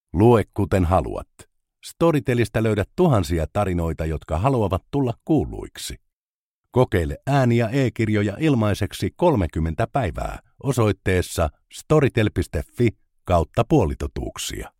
Lue kuten haluat. Storytelistä löydät tuhansia tarinoita, jotka haluavat tulla kuulluiksi. Kokeile ääni- ja e-kirjoja ilmaiseksi 30 päivää osoitteessa storytel.fi/puolitotuuksia.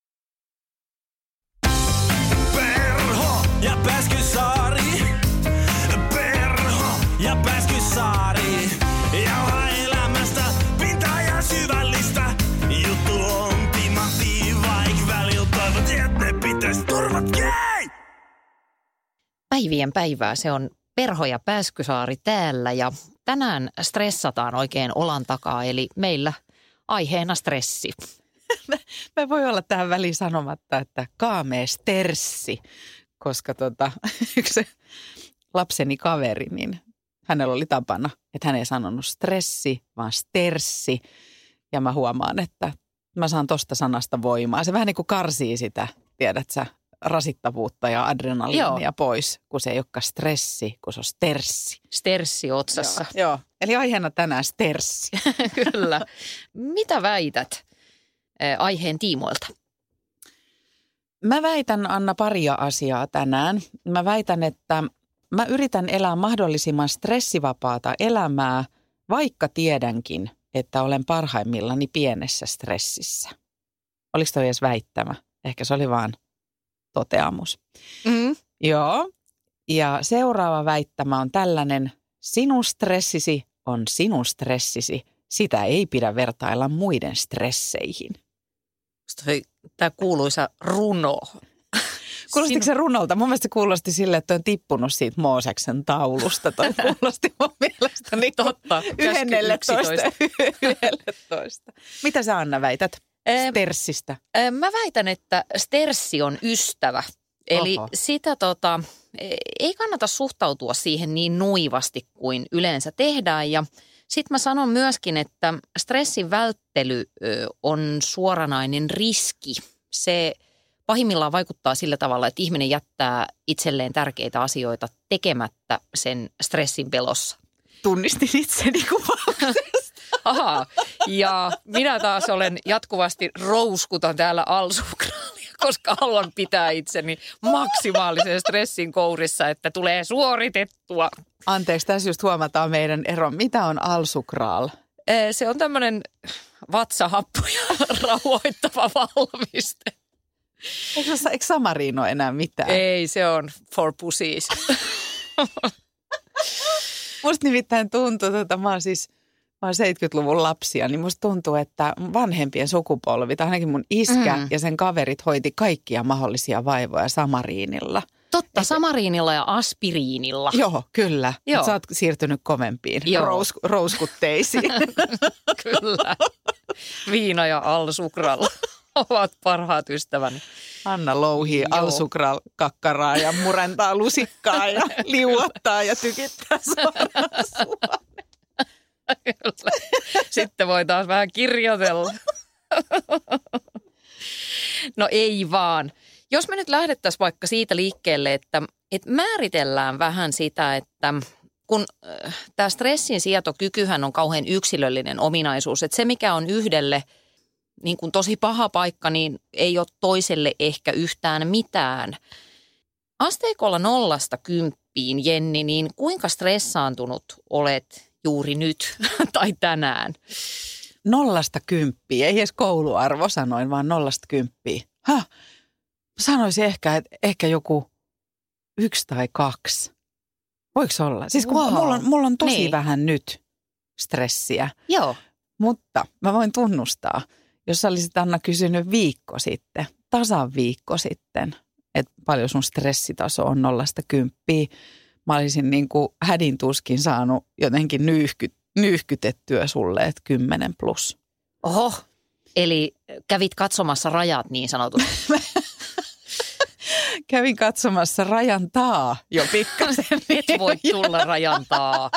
Perho ja Pääskysaari. Perho ja Pääskysaari. Jauha elämästä pintaa ja syvällistä. Juttu on timantti, vaik välillä toivot, et ne pitäis turvat jäi. Päivien päivää, se on Perho ja Pääskysaari täällä ja tänään stressataan oikein olan takaa, eli meillä aiheena stressi. Mä voi olla tähän väliin sanomatta, että kaamea stressi, koska yksi lapseni kaveri, niin hänellä oli tapana, että hän ei sanonut stressi, vaan sterssi. Ja mä huomaan, että mä saan tosta sanasta voimaa. Se vähän niin kuin karsii sitä, tiedät sä, rasittavuutta ja adrenaliinia pois, kun se ei olekaan stressi, kun se on sterssi. Sterssi otsassa. Joo. Eli aiheena tänään sterssi. Kyllä. Mitä väität aiheen tiimoilta? Mä väitän, Anna, paria asiaa tänään. Mä väitän, että mä yritän elää mahdollisimman stressivapaata elämää, vaikka tiedänkin, että olen parhaimmillani pienessä stressissä. Oliko toi edes väittämä? Ehkä se oli vaan toteamus. Mm. Joo. Ja seuraava väittämä on tällainen: sinun stressisi on sinun stressisi. Sitä ei pidä vertailla muiden stresseihin. Tämä kuuluisa runo. Kuulostiko se runolta? Mun mielestä se kuulosti sille, että on tippunut siitä Mooseksen taulusta. Toi kuulosti mun mielestä niin totta. 11. Mitä sä, Anna, väität sterssistä? Mä väitän, että sterssi on ystävä. Eli sitä ei kannata suhtautua siihen niin nuivasti kuin yleensä tehdään. Ja sitten mä sanon myöskin, että stressin välttely on suoranainen riski. Se pahimmillaan vaikuttaa sillä tavalla, että ihminen jättää itselleen tärkeitä asioita tekemättä sen stressin pelossa. Tunnistin itseni kuvauksesta. Ahaa, ja minä taas olen jatkuvasti rouskutan täällä alsukraalia, koska haluan pitää itseni maksimaalisen stressin kourissa, että tulee suoritettua. Anteeksi, tässä just huomataan meidän ero. Mitä on alsukraal? Se on tämmöinen vatsahappoja rauhoittava valmiste. Eikö Samariin ole enää mitään? Ei, se on for pussies. Musta nimittäin tuntuu, että mä oon 70-luvun lapsia, niin musta tuntuu, että vanhempien sukupolvi, tai ainakin mun iskä ja sen kaverit hoiti kaikkia mahdollisia vaivoja Samariinilla. Totta, Samariinilla ja aspiriinilla. Joo, kyllä. Joo. Sä oot siirtynyt kovempiin rouskutteisiin. Kyllä. Viina ja alsukralla ovat parhaat ystäväni. Anna louhii alsukral-kakkaraa ja murentaa lusikkaa ja liuottaa ja tykittää suoraan suoraan. Kyllä. Sitten voi taas vähän kirjoitella. No ei vaan. Jos me nyt lähdettäisiin vaikka siitä liikkeelle, että määritellään vähän sitä, että kun tämä stressin sietokykyhän on kauhean yksilöllinen ominaisuus, että se mikä on yhdelle niin kuin tosi paha paikka, niin ei ole toiselle ehkä yhtään mitään. Asteikolla 0–10, Jenni, niin kuinka stressaantunut olet juuri nyt tai tänään? 0–10, ei edes kouluarvo sanoin, vaan 0–10. Sanoisin ehkä joku 1 tai 2. Voiko olla? Siis kun mulla on tosi vähän nyt stressiä. Joo. Mutta mä voin tunnustaa, jos sä olisit, Anna, kysynyt tasan viikko sitten, että paljon sun stressitaso on 0–10. Mä olisin niin kuin hädin tuskin saanut jotenkin nyyhkytettyä sulle, että 10+. Oho, eli kävit katsomassa rajat niin sanotusti. Kävin katsomassa rajan taa jo pikkasen. Et voi tulla rajan taa.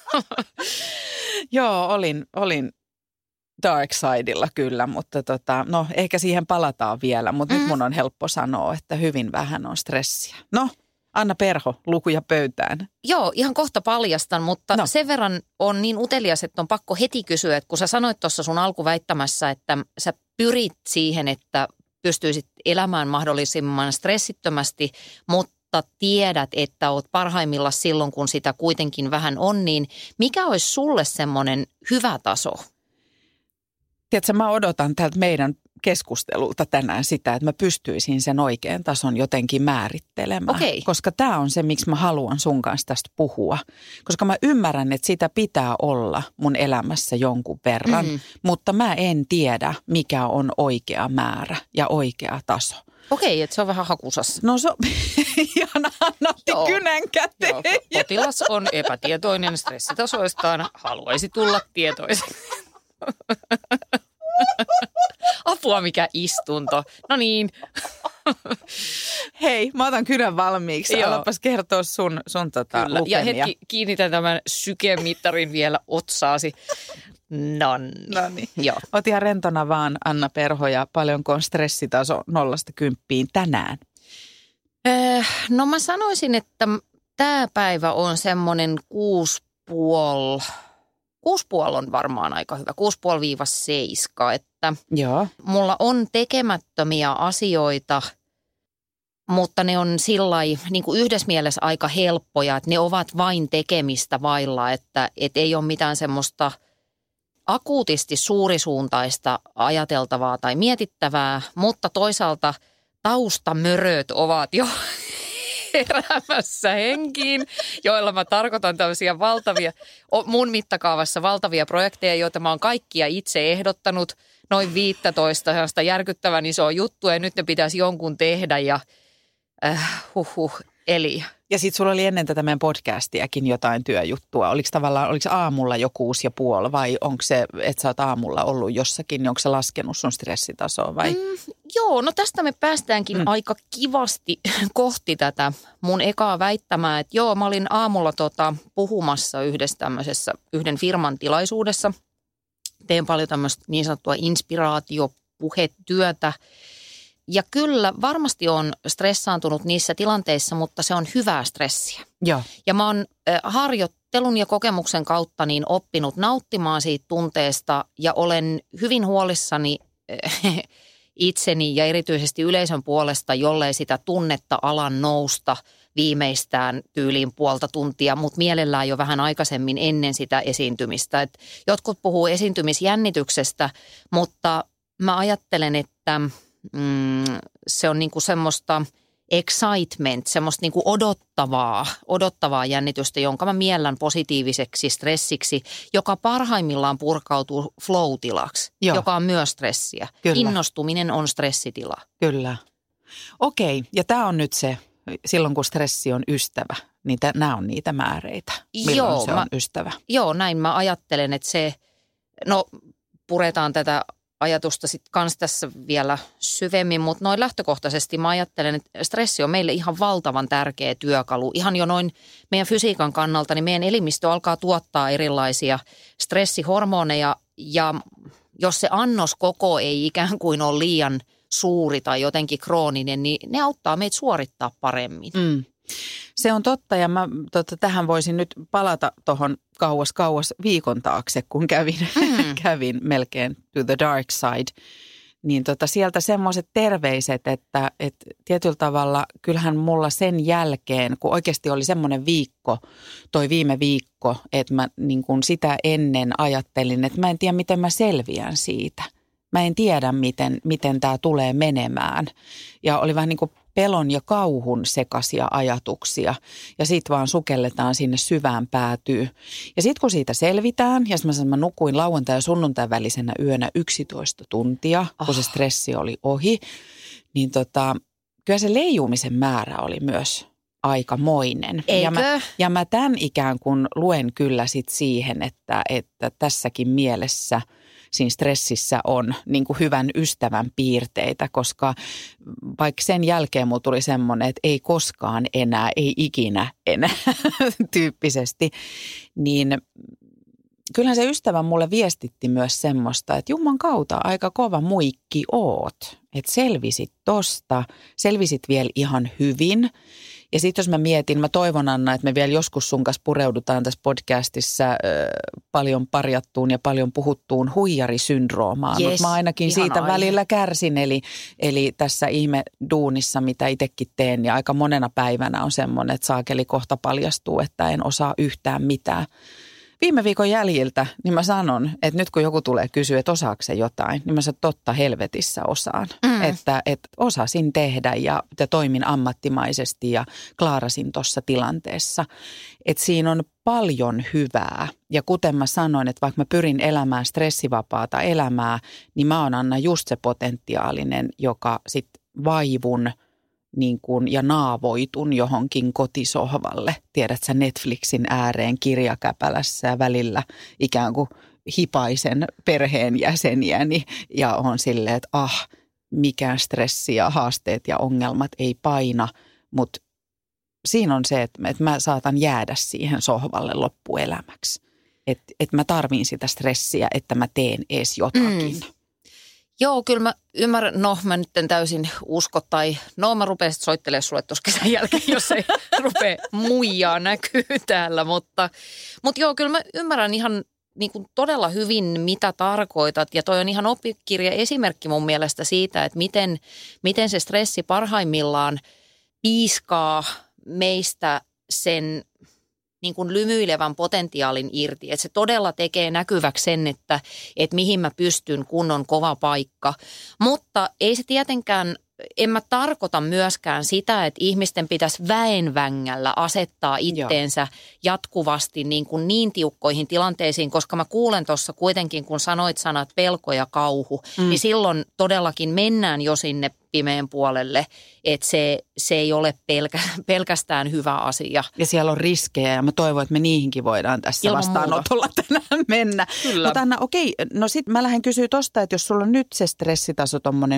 Joo, olin dark sidella kyllä, mutta ehkä siihen palataan vielä. Mutta nyt mun on helppo sanoa, että hyvin vähän on stressiä. No, Anna Perho, lukuja pöytään. Joo, ihan kohta paljastan, mutta sen verran on niin utelias, että on pakko heti kysyä, että kun sä sanoit tuossa sun alkuväittämässä, että sä pyrit siihen, että pystyisit elämään mahdollisimman stressittömästi, mutta tiedät, että oot parhaimmillaan silloin, kun sitä kuitenkin vähän on, niin mikä olisi sulle semmoinen hyvä taso? Tiedätkö, mä odotan tältä meidän keskustelulta tänään sitä, että mä pystyisin sen oikean tason jotenkin määrittelemään. Okei. Koska tämä on se, miksi mä haluan sun kanssa tästä puhua. Koska mä ymmärrän, että sitä pitää olla mun elämässä jonkun verran, mutta mä en tiedä, mikä on oikea määrä ja oikea taso. Okei, että se on vähän hakusassa. No se on, Jana otti kynän käteen. Joo, potilas on epätietoinen stressitasoistaan, haluaisi tulla tietoiseksi. Apua, mikä istunto. No niin. Hei, mä otan kynän valmiiksi. Alapas kertoa sun Kyllä. lukemia. Ja hetki, kiinnitän tämän sykemittarin vielä otsaasi. Nonni. Joo. Oot ihan rentona vaan, Anna Perho, ja paljonko on stressitaso 0–10 tänään? No mä sanoisin, että tämä päivä on semmoinen 6,5. 6,5 on varmaan aika hyvä, 6,5–7, että Joo. mulla on tekemättömiä asioita, mutta ne on sillai niin kuin yhdessä mielessä aika helppoja, että ne ovat vain tekemistä vailla, että ei ole mitään semmoista akuutisti suurisuuntaista ajateltavaa tai mietittävää, mutta toisaalta taustamöröt ovat jo heräämässä henkiin, joilla mä tarkoitan tämmöisiä valtavia, mun mittakaavassa valtavia projekteja, joita mä oon kaikkia itse ehdottanut, noin 15 sellaista järkyttävän isoa juttua, ja nyt ne pitäisi jonkun tehdä, ja eli. Ja sit sulla oli ennen tätä meidän podcastiakin jotain työjuttua. Oliko aamulla jo 6,5 vai onko se, että sä oot aamulla ollut jossakin, niin onko se laskenut sun stressitasoa vai? Joo, no tästä me päästäänkin aika kivasti kohti tätä mun ekaa väittämää, että joo, mä olin aamulla puhumassa yhden firman tilaisuudessa. Teen paljon tämmöistä niin sanottua inspiraatiopuhetyötä. Ja kyllä varmasti on stressaantunut niissä tilanteissa, mutta se on hyvää stressiä. Joo. Ja mä oon harjoittelun ja kokemuksen kautta niin oppinut nauttimaan siitä tunteesta ja olen hyvin huolissani itseni ja erityisesti yleisön puolesta, jollei sitä tunnetta alan nousta viimeistään tyyliin 0,5 tuntia, mutta mielellään jo vähän aikaisemmin ennen sitä esiintymistä. Et jotkut puhuu esiintymisjännityksestä, mutta mä ajattelen, että se on niinku semmoista excitement, semmoista niinku odottavaa jännitystä, jonka mä miellän positiiviseksi stressiksi, joka parhaimmillaan purkautuu flow-tilaksi, joka on myös stressiä. Kyllä. Innostuminen on stressitila. Kyllä. Okei, ja tämä on nyt se, silloin kun stressi on ystävä, niin nämä on niitä määreitä, milloin se on ystävä. Joo, näin mä ajattelen, että se, puretaan tätä ajatusta sitten kans tässä vielä syvemmin, mutta noin lähtökohtaisesti mä ajattelen, että stressi on meille ihan valtavan tärkeä työkalu. Ihan jo noin meidän fysiikan kannalta, niin meidän elimistö alkaa tuottaa erilaisia stressihormoneja, ja jos se annos koko ei ikään kuin ole liian suuri tai jotenkin krooninen, niin ne auttaa meitä suorittaa paremmin. Se on totta, ja mä tähän voisin nyt palata tuohon kauas viikon taakse, kun kävin melkein to the dark side. Niin sieltä semmoiset terveiset, että tietyllä tavalla kyllähän mulla sen jälkeen, kun oikeasti oli semmoinen viikko, toi viime viikko, että mä niin kuin sitä ennen ajattelin, että mä en tiedä, miten mä selviän siitä. Mä en tiedä, miten tämä tulee menemään. Ja oli vähän niin kuin pelon ja kauhun sekaisia ajatuksia. Ja sitten vaan sukelletaan sinne syvään päätyyn. Ja sitten kun siitä selvitään, ja mä nukuin lauantai- ja sunnuntai välisenä yönä 11 tuntia, kun se stressi oli ohi, niin kyllä se leijumisen määrä oli myös aikamoinen. Eikö? Ja mä tämän ikään kuin luen kyllä sit siihen, että tässäkin mielessä siinä stressissä on niin kuin hyvän ystävän piirteitä, koska vaikka sen jälkeen mulla tuli semmoinen, että ei koskaan enää, ei ikinä enää tyyppisesti, niin kyllähän se ystävä mulle viestitti myös semmoista, että Jumman kautta aika kova muikki oot, että selvisit tosta, selvisit vielä ihan hyvin. Ja sitten jos mä mietin, mä toivon Anna, että me vielä joskus sun kanssa pureudutaan tässä podcastissa paljon parjattuun ja paljon puhuttuun huijarisyndroomaan. Yes, Mutta mä ainakin siitä aihe. välillä kärsin, eli tässä ihme duunissa, mitä itsekin teen, niin aika monena päivänä on semmoinen, että saakeli kohta paljastuu, että en osaa yhtään mitään. Viime viikon jäljiltä, niin mä sanon, että nyt kun joku tulee kysyä, että osaako se jotain, niin mä sanon, totta helvetissä osaan. Että osasin tehdä ja toimin ammattimaisesti ja klaarasin tuossa tilanteessa. Että siinä on paljon hyvää. Ja kuten mä sanoin, että vaikka mä pyrin elämään stressivapaata elämää, niin mä oon Anna just se potentiaalinen, joka sit vaivun niin kuin, ja naavoitun johonkin kotisohvalle. Tiedät sä Netflixin ääreen kirjakäpälässä ja välillä ikään kuin hipaisen perheenjäseniäni ja on silleen, että mikään stressi ja haasteet ja ongelmat ei paina, mutta siinä on se, että mä saatan jäädä siihen sohvalle loppuelämäksi. Että mä tarviin sitä stressiä, että mä teen edes jotakin. Joo, kyllä mä ymmärrän. No, mä nyt en täysin usko mä rupean sitten soittelemaan sulle tuossa kesän jälkeen, jos ei rupea muijaa näkyy täällä. Mutta joo, kyllä mä ymmärrän ihan niin kuin todella hyvin, mitä tarkoitat. Ja toi on ihan oppikirja esimerkki mun mielestä siitä, että miten se stressi parhaimmillaan piiskaa meistä sen niin kuin lymyilevän potentiaalin irti. Että se todella tekee näkyväksi sen, että mihin mä pystyn, kun on kova paikka. Mutta ei se tietenkään, en mä tarkoita myöskään sitä, että ihmisten pitäisi väenvängällä asettaa itteensä jatkuvasti niin tiukkoihin tilanteisiin, koska mä kuulen tuossa kuitenkin, kun sanoit sanat pelko ja kauhu, niin silloin todellakin mennään jo sinne pimeän puolelle, että se ei ole pelkästään hyvä asia. Ja siellä on riskejä ja mä toivon, että me niihinkin voidaan tässä ilman vastaanotolla tänään mennä. Kyllä. Mutta Anna, okei, no sit mä lähden kysyä tosta, että jos sulla on nyt se stressitaso tommonen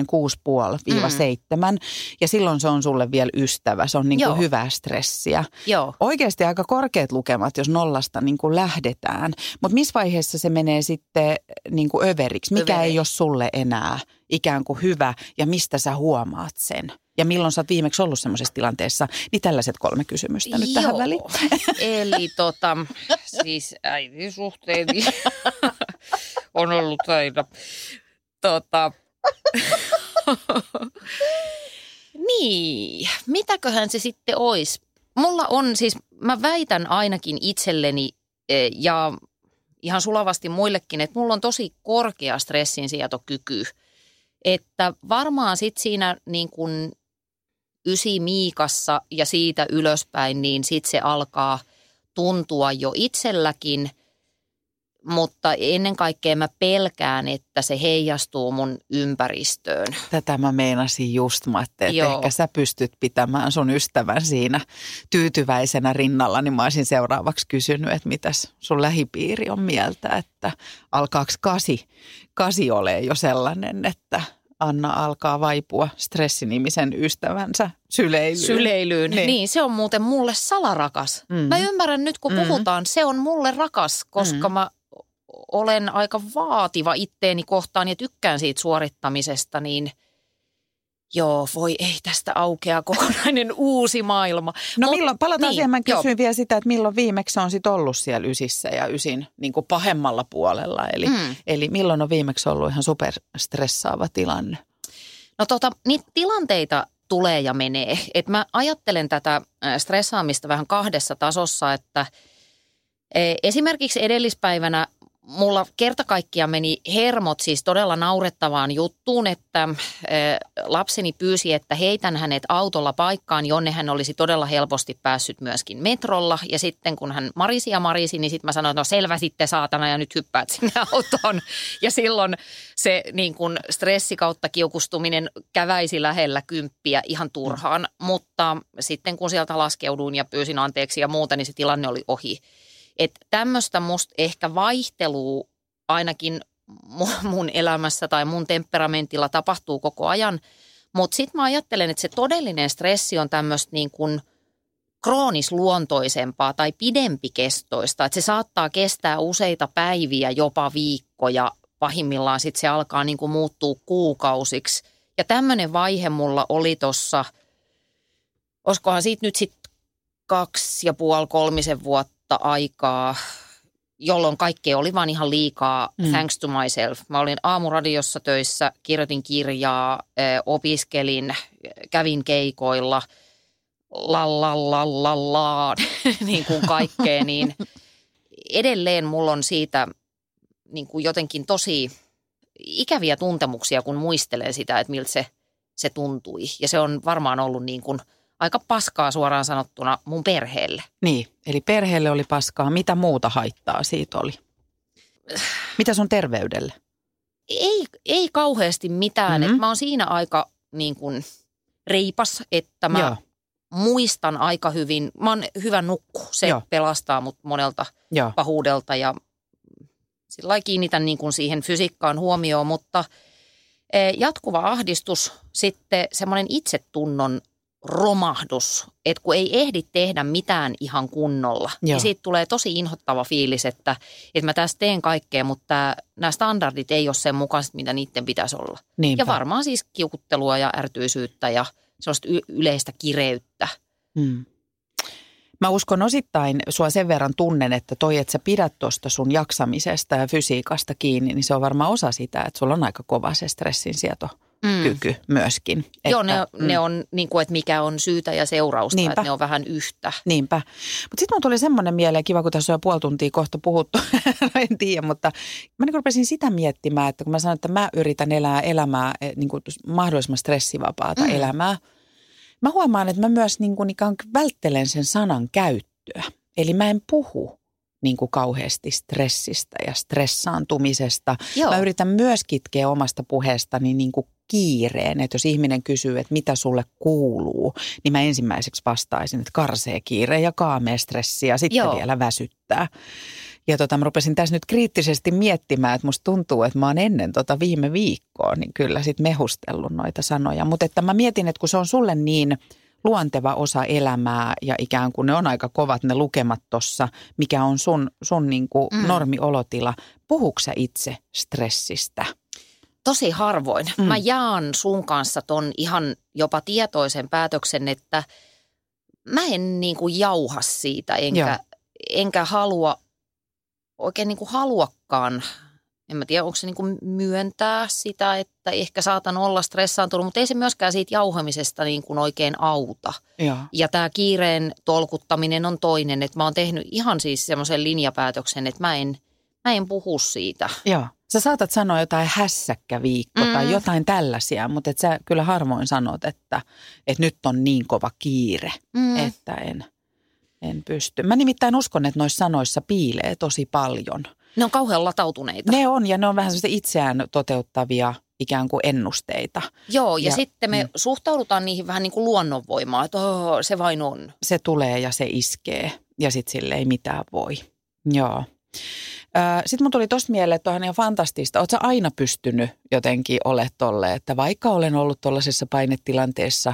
6,5-7 ja silloin se on sulle vielä ystävä, se on niin kuin hyvää stressiä. Joo. Oikeasti aika korkeat lukemat, jos nollasta niin kuin lähdetään. Mutta missä vaiheessa se menee sitten niin kuin överiksi? Mikä ei ole sulle enää ikään kuin hyvä ja mistä sä huomaat sen? Ja milloin sä oot viimeksi ollut semmoisessa tilanteessa? Niin tällaiset 3 kysymystä nyt tähän väliin. Eli siis äitisuhteeni on ollut aina. Niin, mitäköhän se sitten olisi? Mulla on siis, mä väitän ainakin itselleni ja ihan sulavasti muillekin, että mulla on tosi korkea stressinsietokyky. Että varmaan sitten siinä niin kuin 9 miikassa ja siitä ylöspäin, niin sitten se alkaa tuntua jo itselläkin. Mutta ennen kaikkea mä pelkään, että se heijastuu mun ympäristöön. Tätä mä meinasin just, Matte, että ehkä sä pystyt pitämään sun ystävän siinä tyytyväisenä rinnalla. Niin mä olisin seuraavaksi kysynyt, että mitäs sun lähipiiri on mieltä, että alkaako 8 ole jo sellainen, että Anna alkaa vaipua stressinimisen ystävänsä syleilyyn. Niin, se on muuten mulle salarakas. Mä ymmärrän nyt, kun puhutaan, se on mulle rakas, koska mä olen aika vaativa itteeni kohtaan ja tykkään siitä suorittamisesta, niin joo, voi ei tästä aukea kokonainen uusi maailma. No milloin, palataan siihen, mä kysyin vielä sitä, että milloin viimeksi on sit ollut siellä 9 ja 9 niin kuin pahemmalla puolella. Eli milloin on viimeksi ollut ihan superstressaava tilanne? No niitä tilanteita tulee ja menee. Et mä ajattelen tätä stressaamista vähän 2 tasossa, että esimerkiksi edellispäivänä mulla kerta kaikkiaan meni hermot siis todella naurettavaan juttuun, että lapseni pyysi, että heitän hänet autolla paikkaan, jonne hän olisi todella helposti päässyt myöskin metrolla. Ja sitten kun hän marisi, niin sitten mä sanoin, että no selvä sitten saatana ja nyt hyppäät sinne autoon. Ja silloin se niin kuin stressi kautta kiukustuminen käväisi lähellä 10 ihan turhaan. Mutta sitten kun sieltä laskeuduin ja pyysin anteeksi ja muuta, niin se tilanne oli ohi. Että tämmöistä musta ehkä vaihtelua ainakin mun elämässä tai mun temperamentilla tapahtuu koko ajan. Mutta sitten mä ajattelen, että se todellinen stressi on tämmöistä niin kuin kroonisluontoisempaa tai pidempikestoista. Että se saattaa kestää useita päiviä, jopa viikkoja. Pahimmillaan sitten se alkaa niin kuin muuttua kuukausiksi. Ja tämmöinen vaihe mulla oli tuossa, olisikohan siitä nyt sitten 2,5-3 vuotta aikaa, jolloin kaikkea oli vaan ihan liikaa, thanks to myself. Mä olin aamuradiossa töissä, kirjoitin kirjaa, opiskelin, kävin keikoilla, niin kuin kaikkea, niin edelleen mulla on siitä niin kuin jotenkin tosi ikäviä tuntemuksia, kun muistelee sitä, että miltä se tuntui. Ja se on varmaan ollut niin kuin aika paskaa suoraan sanottuna mun perheelle. Niin, eli perheelle oli paskaa. Mitä muuta haittaa siitä oli? Mitä sun terveydelle? Ei kauheasti mitään. Että mä oon siinä aika niin kuin reipas, että mä muistan aika hyvin. Mä oon hyvä nukku. Se pelastaa mut monelta pahuudelta ja sillä lailla kiinnitän niin kuin siihen fysiikkaan huomioon, mutta jatkuva ahdistus, sitten semmoinen itsetunnon romahdus, että kun ei ehdi tehdä mitään ihan kunnolla, niin siitä tulee tosi inhottava fiilis, että mä tässä teen kaikkea, mutta nämä standardit ei ole sen mukaiset, mitä niiden pitäisi olla. Niinpä. Ja varmaan siis kiukuttelua ja ärtyisyyttä ja sellaista yleistä kireyttä. Mä uskon osittain, sua sen verran tunnen, että että sä pidät tuosta sun jaksamisesta ja fysiikasta kiinni, niin se on varmaan osa sitä, että sulla on aika kova se stressinsietokyky myöskin. Joo, ne on niin kuin, että mikä on syytä ja seurausta, että ne on vähän yhtä. Niinpä. Mutta sitten mun tuli semmoinen mieleen, kiva kun tässä on jo 0,5 tuntia kohta puhuttu, en tiedä, mutta mä niin rupesin sitä miettimään, että kun mä sanon, että mä yritän elää elämää, niin kuin mahdollisimman stressivapaata elämää, mä huomaan, että mä myös niin kuin ikään kuin välttelen sen sanan käyttöä. Eli mä en puhu niin kuin kauheasti stressistä ja stressaantumisesta. Joo. Mä yritän myös kitkeä omasta puheestani niin kuin kiireen. Että jos ihminen kysyy, että mitä sulle kuuluu, niin mä ensimmäiseksi vastaisin, että karsee kiire ja kaamea stressi ja sitten vielä väsyttää. Ja mä rupesin tässä nyt kriittisesti miettimään, että musta tuntuu, että mä oon ennen viime viikkoa niin kyllä sit mehustellut noita sanoja. Mutta että mä mietin, että kun se on sulle niin luonteva osa elämää ja ikään kuin ne on aika kovat ne lukemat tossa, mikä on sun niin kuin normiolotila. Puhuuko sä itse stressistä? Tosi harvoin. Mä jaan sun kanssa ton ihan jopa tietoisen päätöksen, että mä en niin kuin jauha siitä enkä halua oikein niin kuin haluakaan, en mä tiedä, onko se niin kuin myöntää sitä, että ehkä saatan olla stressaantunut, mutta ei se myöskään siitä jauhamisesta niin kuin oikein auta. Ja tämä kiireen tolkuttaminen on toinen, että mä oon tehnyt ihan siis semmoisen linjapäätöksen, että mä en puhu siitä. Joo. Sä saatat sanoa jotain hässäkkäviikko tai jotain tällaisia, mutta et sä kyllä harvoin sanot, että nyt on niin kova kiire, että en pysty. Mä nimittäin uskon, että noissa sanoissa piilee tosi paljon. Ne on kauhean latautuneita. Ne on, ja ne on vähän sellaisia itseään toteuttavia ikään kuin ennusteita. Joo, ja sitten me suhtaudutaan niihin vähän niin kuin luonnonvoimaa, että se vain on. Se tulee ja se iskee, ja sitten sille ei mitään voi. Joo. Sitten mun tuli tosta mieleen, että on ihan fantastista. Ootko sä aina pystynyt jotenkin olemaan tolle, että vaikka olen ollut tuollaisessa painetilanteessa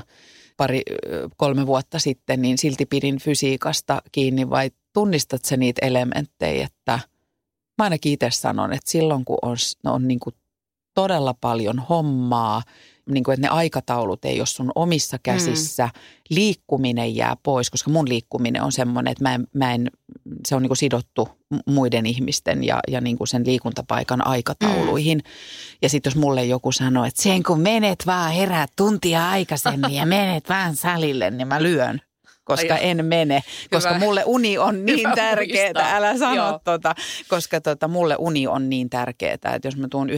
2-3 vuotta sitten, niin silti pidin fysiikasta kiinni, vai tunnistat sä niitä elementtejä, että mä ainakin itse sanon, että silloin kun on niin kuin todella paljon hommaa, niin kuin, että ne aikataulut ei ole sun omissa käsissä, liikkuminen jää pois, koska mun liikkuminen on semmoinen, että se on niin kuin sidottu muiden ihmisten ja niin kuin sen liikuntapaikan aikatauluihin. Ja sitten jos mulle joku sanoo, että sen kun menet vaan heräät tuntia aikaisemmin ja menet vaan salille, niin mä lyön. Koska en mene, koska mulle uni on niin tärkeää, älä sano koska mulle uni on niin tärkeää, että jos mä tuun 11-12,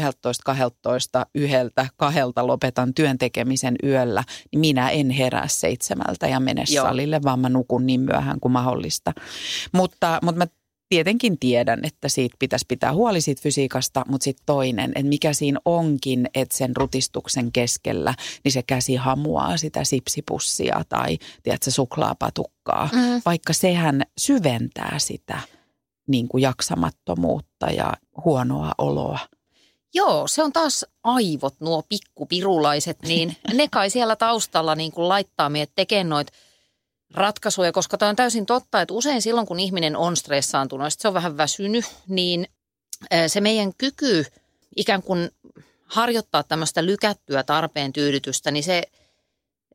1-2 lopetan työn tekemisen yöllä, niin minä en herää 7 ja mene salille, vaan mä nukun niin myöhään kuin mahdollista. Mutta mä tietenkin tiedän, että siitä pitäisi pitää huoli siitä fysiikasta, mutta sitten toinen, että mikä siinä onkin, että sen rutistuksen keskellä, niin se käsi hamuaa sitä sipsipussia tai tiedätkö, suklaapatukkaa, vaikka sehän syventää sitä niin kuin jaksamattomuutta ja huonoa oloa. Joo, se on taas aivot, nuo pikkupirulaiset, niin ne kai siellä taustalla niin kuin laittaa meidät tekemään noita ratkaisuja, koska tämä on täysin totta, että usein silloin, kun ihminen on stressaantunut ja se on vähän väsynyt, niin se meidän kyky ikään kuin harjoittaa tämmöistä lykättyä tarpeen tyydytystä, niin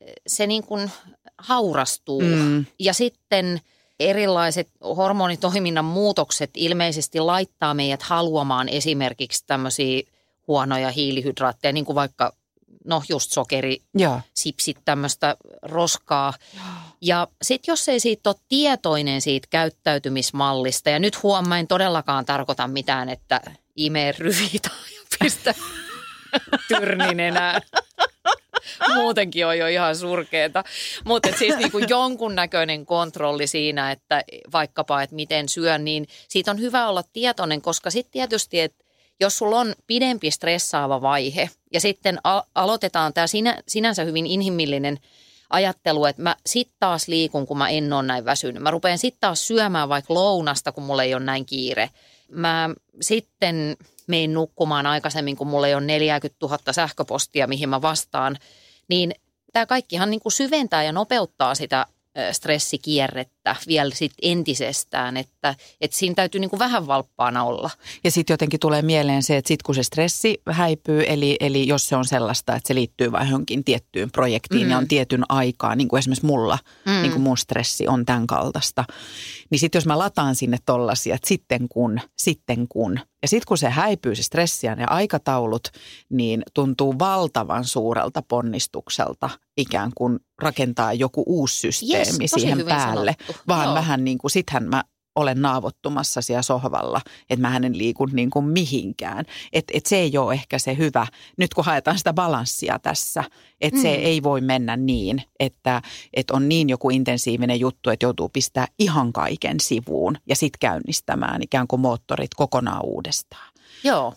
se niin kuin haurastuu. Ja sitten erilaiset hormonitoiminnan muutokset ilmeisesti laittaa meidät haluamaan esimerkiksi tämmöisiä huonoja hiilihydraatteja, niin kuin vaikka just sokeri, sipsit, tämmöistä roskaa. Ja sitten jos ei siitä ole tietoinen siitä käyttäytymismallista, ja nyt mä en todellakaan tarkoita mitään, että imee ryvitä ja pistä tyrnin enää. Muutenkin on jo ihan surkeeta. Mutta siis niin kuin jonkunnäköinen kontrolli siinä, että vaikkapa, että miten syön, niin siitä on hyvä olla tietoinen, koska sitten tietysti, että jos sulla on pidempi stressaava vaihe ja sitten aloitetaan tämä sinänsä hyvin inhimillinen ajattelu, että mä sit taas liikun, kun mä en ole näin väsynyt. Mä rupean sit taas syömään vaikka lounasta, kun mulla ei ole näin kiire. Mä sitten menen nukkumaan aikaisemmin, kun mulla ei ole 40 000 sähköpostia, mihin mä vastaan. Niin tämä kaikkihan niin kuin syventää ja nopeuttaa sitä stressikierrettä vielä sit entisestään, että siinä täytyy niin kuin vähän valppaana olla. Ja sitten jotenkin tulee mieleen se, että sitten kun se stressi häipyy, eli jos se on sellaista, että se liittyy vain johonkin tiettyyn projektiin ja on tietyn aikaa, niin kuin esimerkiksi mulla, niin kuin mun stressi on tämän kaltaista, niin sitten jos mä lataan sinne tollasia, että sitten kun. Ja sitten kun se häipyy, se stressi ja ne aikataulut, niin tuntuu valtavan suurelta ponnistukselta ikään kuin rakentaa joku uusi systeemi siihen päälle. Sanottu. Vaan vähän niin kuin, sittenhän mä olen naavottumassa siellä sohvalla, että mä en liiku niin kuin mihinkään. Että se ei ole ehkä se hyvä, nyt kun haetaan sitä balanssia tässä, että se ei voi mennä niin, että on niin joku intensiivinen juttu, että joutuu pistää ihan kaiken sivuun ja sitten käynnistämään ikään kuin moottorit kokonaan uudestaan. Joo.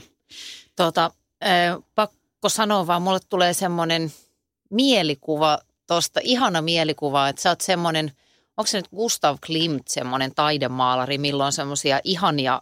Pakko sanoa vaan, mulle tulee semmoinen mielikuva tuosta, ihana mielikuva, että sä oot semmoinen, onko se nyt Gustav Klimt, semmoinen taidemaalari, milloin on semmoisia ihania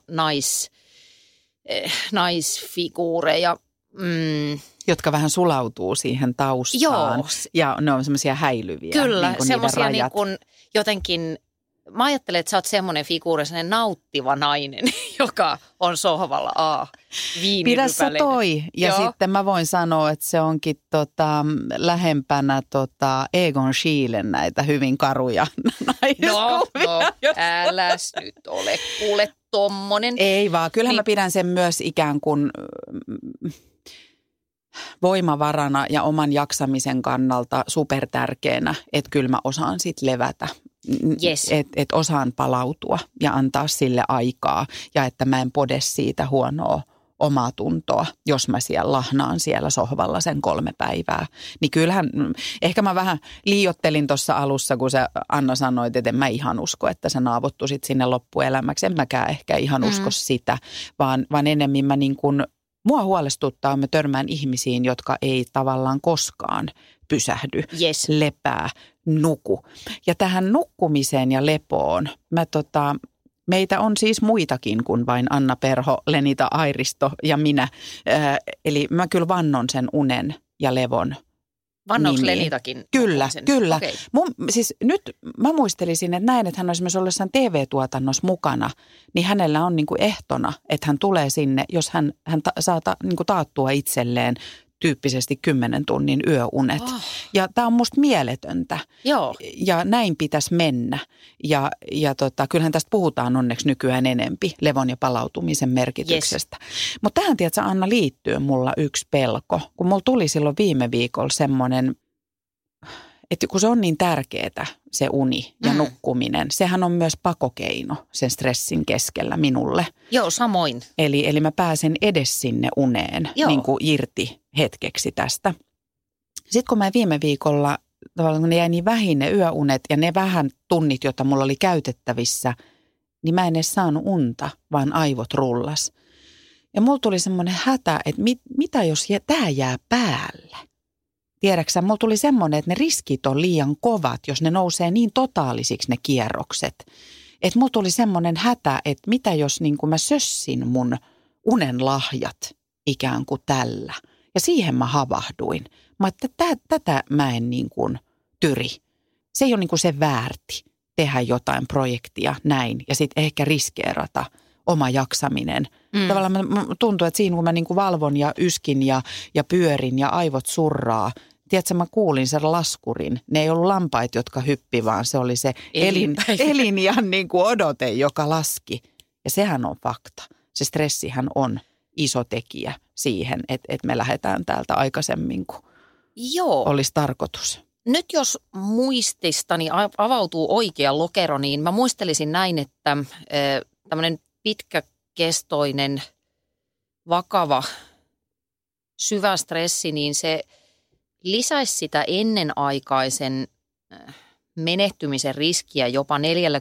naisfiguureja. Jotka vähän sulautuu siihen taustaan. Joo. Ja ne on semmoisia häilyviä. Kyllä, niin semmoisia niin kuin jotenkin, mä ajattelen, että sä oot semmoinen figuuri, semmoinen nauttiva nainen, joka on sohvalla Pidä sä toi. Ja Joo. sitten mä voin sanoa, että se onkin lähempänä Egon Schielen näitä hyvin karuja naiskuvia. Äläs nyt ole kuule tommonen. Ei vaan, kyllähän mä pidän sen myös ikään kuin voimavarana ja oman jaksamisen kannalta supertärkeänä, että kyllä mä osaan sit levätä. Yes. Että osaan palautua ja antaa sille aikaa ja että mä en pode siitä huonoa omaa tuntoa, jos mä siellä lahnaan siellä sohvalla sen 3 päivää. Niin kyllähän, ehkä mä vähän liioittelin tuossa alussa, kun sä Anna sanoit, että en mä ihan usko, että sä naavottuisit sinne loppuelämäksi. En mäkään ehkä ihan usko sitä, vaan enemmän mä niin kuin, mua huolestuttaa, mä törmään ihmisiin, jotka ei tavallaan koskaan pysähdy, lepää, nuku. Ja tähän nukkumiseen ja lepoon, meitä on siis muitakin kuin vain Anna Perho, Lenita Airisto ja minä. Eli mä kyllä vannon sen unen ja levon. Vannoiko Lenitakin? Kyllä. Okay. Siis nyt mä muistelisin, että näin, että hän on esimerkiksi ollessaan TV-tuotannossa mukana, niin hänellä on niin kuin ehtona, että hän tulee sinne, jos hän saa niin kuin taattua itselleen tyyppisesti 10 tunnin yöunet. Ja tämä on musta mieletöntä. Joo. Ja näin pitäisi mennä. Ja kyllähän tästä puhutaan onneksi nykyään enempi levon ja palautumisen merkityksestä. Mutta tähän, tiedätkö, Anna, liittyy mulla yksi pelko. Kun mulla tuli silloin viime viikolla semmoinen, että kun se on niin tärkeää se uni ja nukkuminen, sehän on myös pakokeino sen stressin keskellä minulle. Joo, samoin. Eli mä pääsen edes sinne uneen niin kuin irti hetkeksi tästä. Sitten kun mä viime viikolla, tavallaan kun ne jäi niin vähin ne yöunet ja ne vähän tunnit, joita mulla oli käytettävissä, niin mä en edes saanut unta, vaan aivot rullas. Ja mulla tuli semmoinen hätä, että mitä jos tää jää päälle? Tiedäksä, mulla tuli semmoinen, että ne riskit on liian kovat, jos ne nousee niin totaalisiksi ne kierrokset. Että mulla tuli semmoinen hätä, että mitä jos niin kuin mä sössin mun unen lahjat ikään kuin tällä. Ja siihen mä havahduin. Mä että tätä mä en niin kuin tyri. Se ei ole niin kuin se väärti tehdä jotain projektia näin ja sitten ehkä riskeerata oma jaksaminen. Tavallaan tuntuu, että siinä kun mä niin kuin valvon ja yskin ja pyörin ja aivot surraa, tiedätkö, mä kuulin sen laskurin. Ne ei ollut lampaat, jotka hyppi, vaan se oli se eliniän niin kuin odote, joka laski. Ja sehän on fakta. Se stressihän on iso tekijä siihen, että me lähdetään täältä aikaisemmin kuin olisi tarkoitus. Nyt jos muististani avautuu oikea lokero, niin mä muistelisin näin, että tämmöinen pitkäkestoinen, vakava, syvä stressi, niin se lisäisi sitä ennenaikaisen menehtymisen riskiä jopa 43%.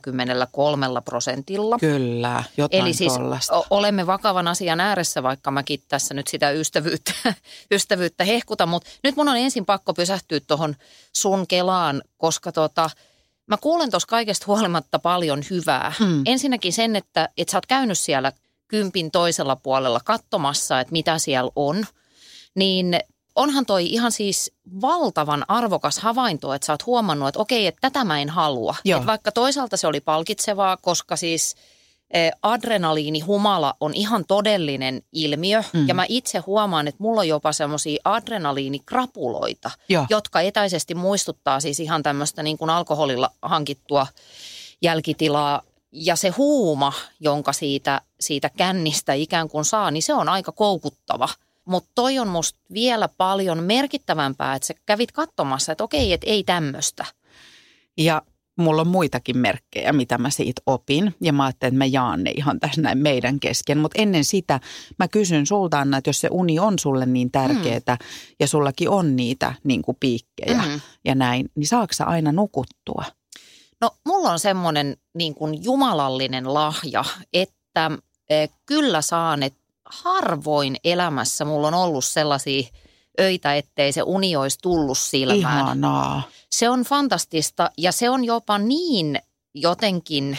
Kyllä, jotain eli siis tollasta. Olemme vakavan asian ääressä, vaikka mäkin tässä nyt sitä ystävyyttä hehkutan. Mutta nyt mun on ensin pakko pysähtyä tuohon sun kelaan, koska mä kuulen tuossa kaikesta huolimatta paljon hyvää. Ensinnäkin sen, että sä oot käynyt siellä kympin toisella puolella katsomassa, että mitä siellä on, niin onhan toi ihan siis valtavan arvokas havainto, että sä oot huomannut, että okei, että tätä mä en halua. Että vaikka toisaalta se oli palkitsevaa, koska siis adrenaliinihumala on ihan todellinen ilmiö. Ja mä itse huomaan, että mulla on jopa semmoisia adrenaliinikrapuloita, jotka etäisesti muistuttaa siis ihan tämmöistä niin kuin alkoholilla hankittua jälkitilaa. Ja se huuma, jonka siitä kännistä ikään kuin saa, niin se on aika koukuttava. Mutta toi on musta vielä paljon merkittävämpää, että sä kävit katsomassa, että okei, että ei tämmöistä. Ja mulla on muitakin merkkejä, mitä mä siitä opin. Ja mä ajattelin, että mä jaan ne ihan tässä näin meidän kesken. Mutta ennen sitä mä kysyn sulta, Anna, että jos se uni on sulle niin tärkeää ja sullakin on niitä niin kuin piikkejä ja näin, niin saako sä aina nukuttua? No mulla on semmoinen niin kuin jumalallinen lahja, että kyllä saan, että harvoin elämässä mulla on ollut sellaisia öitä, ettei se uni olisi tullut silmään. Ihanaa. Se on fantastista ja se on jopa niin jotenkin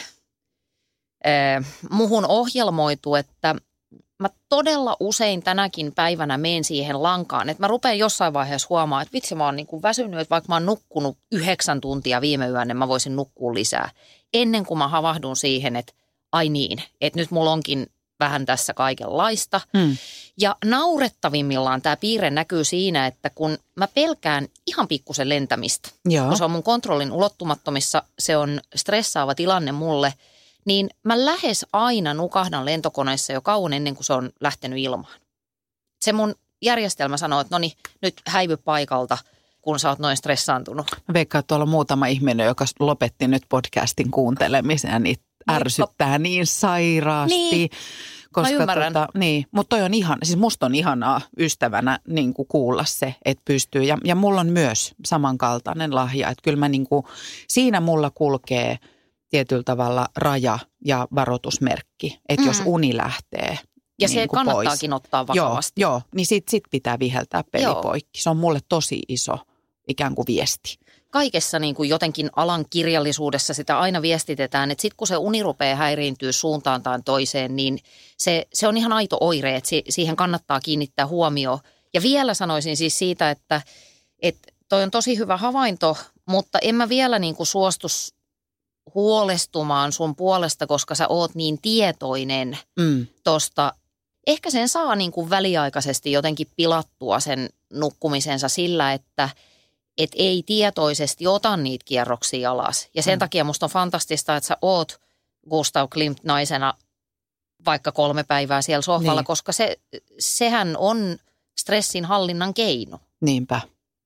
muhun ohjelmoitu, että mä todella usein tänäkin päivänä menen siihen lankaan. Että mä rupean jossain vaiheessa huomaamaan, että vitsi mä oon niin kuin väsynyt, että vaikka mä oon nukkunut 9 tuntia viime yönä, niin mä voisin nukkua lisää. Ennen kuin mä havahdun siihen, että ai niin, että nyt mulla onkin vähän tässä kaikenlaista. Ja naurettavimmillaan tämä piirre näkyy siinä, että kun mä pelkään ihan pikkusen lentämistä, kun se on mun kontrollin ulottumattomissa, se on stressaava tilanne mulle, niin mä lähes aina nukahdan lentokoneessa jo kauan ennen kuin se on lähtenyt ilmaan. Se mun järjestelmä sanoo, että noni, nyt häivy paikalta, kun sä oot noin stressaantunut. Mä veikkaan, että tuolla on muutama ihminen, joka lopetti nyt podcastin kuuntelemisen ja niitä ärsyttää niin sairaasti. Niin. Koska mä ymmärrän. Mutta toi on siis musta on ihanaa ystävänä niin kuin kuulla se, että pystyy. Ja mulla on myös samankaltainen lahja, että kyllä mä niin kuin, siinä mulla kulkee tietyllä tavalla raja ja varoitusmerkki, että jos uni lähtee ja niin se kuin kannattaakin pois, ottaa vakavasti. Joo, niin sit pitää viheltää peli poikki. Se on mulle tosi iso ikään kuin viesti. Kaikessa niin kuin jotenkin alan kirjallisuudessa sitä aina viestitetään, että sitten kun se uni rupeaa häiriintyä suuntaan tai toiseen, niin se on ihan aito oire, että siihen kannattaa kiinnittää huomioon. Ja vielä sanoisin siis siitä, että toi on tosi hyvä havainto, mutta en mä vielä niin kuin suostu huolestumaan sun puolesta, koska sä oot niin tietoinen tosta. Ehkä sen saa niin kuin väliaikaisesti jotenkin pilattua sen nukkumisensa sillä, että ei tietoisesti ota niitä kierroksia alas. Ja sen takia musta on fantastista, että sä oot Gustav Klimt naisena vaikka 3 päivää siellä sohvalla, koska sehän on stressin hallinnan keino. Niinpä.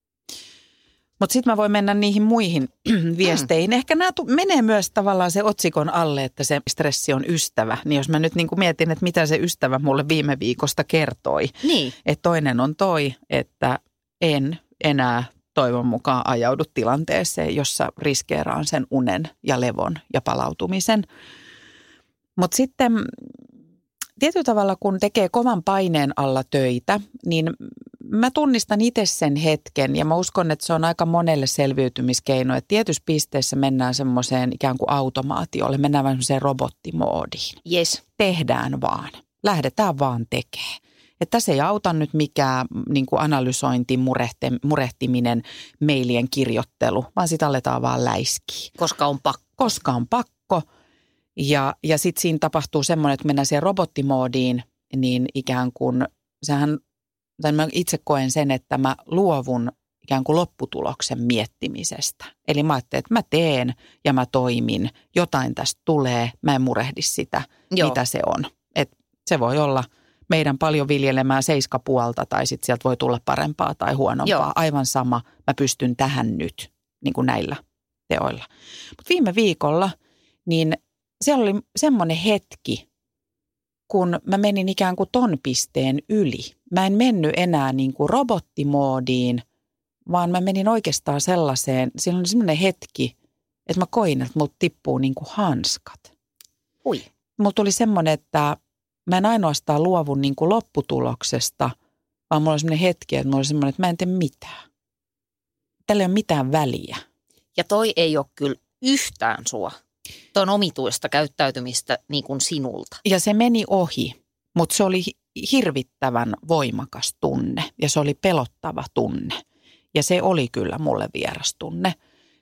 Mutta sitten mä voin mennä niihin muihin viesteihin. Ehkä nämä menee myös tavallaan se otsikon alle, että se stressi on ystävä. Niin jos mä nyt niin kuin mietin, että mitä se ystävä mulle viime viikosta kertoi. Niin. Että toinen on että en enää toivon mukaan ajaudu tilanteeseen, jossa riskeeraan sen unen ja levon ja palautumisen. Mutta sitten tietyllä tavalla, kun tekee kovan paineen alla töitä, niin mä tunnistan itse sen hetken ja mä uskon, että se on aika monelle selviytymiskeino, että tietyssä pisteessä mennään semmoiseen ikään kuin automaatiolle, mennään vähän semmoiseen robottimoodiin. Yes. Tehdään vaan, lähdetään vaan tekemään. Että tässä ei auta nyt mikään niin kuin analysointi, murehtiminen, mailien kirjoittelu, vaan sitä aletaan vaan läiskiä. Koska on pakko. Koska on pakko. Ja sitten siinä tapahtuu semmoinen, että mennään siihen robottimoodiin, niin ikään kuin, mä itse koen sen, että mä luovun ikään kuin lopputuloksen miettimisestä. Eli mä ajattelin, että mä teen ja mä toimin, jotain tästä tulee, mä en murehdi sitä, mitä se on. Et se voi olla meidän paljon viljelemään 7,5 tai sitten sieltä voi tulla parempaa tai huonompaa. Aivan sama, mä pystyn tähän nyt niin kuin näillä teoilla. Mutta viime viikolla niin siellä oli semmoinen hetki, kun mä menin ikään kuin ton pisteen yli. Mä en mennyt enää niin kuin robottimoodiin, vaan mä menin oikeastaan sellaiseen, siinä oli semmoinen hetki, että mä koin, että multa tippuu niin kuin hanskat. Mulla tuli semmoinen, että mä en ainoastaan luovu niin kuin lopputuloksesta, vaan mulla oli semmoinen hetki, että mulla oli semmoinen, että mä en tee mitään. Tällä ei ole mitään väliä. Ja toi ei ole kyllä yhtään sua. Toi on omituista käyttäytymistä niin kuin sinulta. Ja se meni ohi, mutta se oli hirvittävän voimakas tunne ja se oli pelottava tunne. Ja se oli kyllä mulle vieras tunne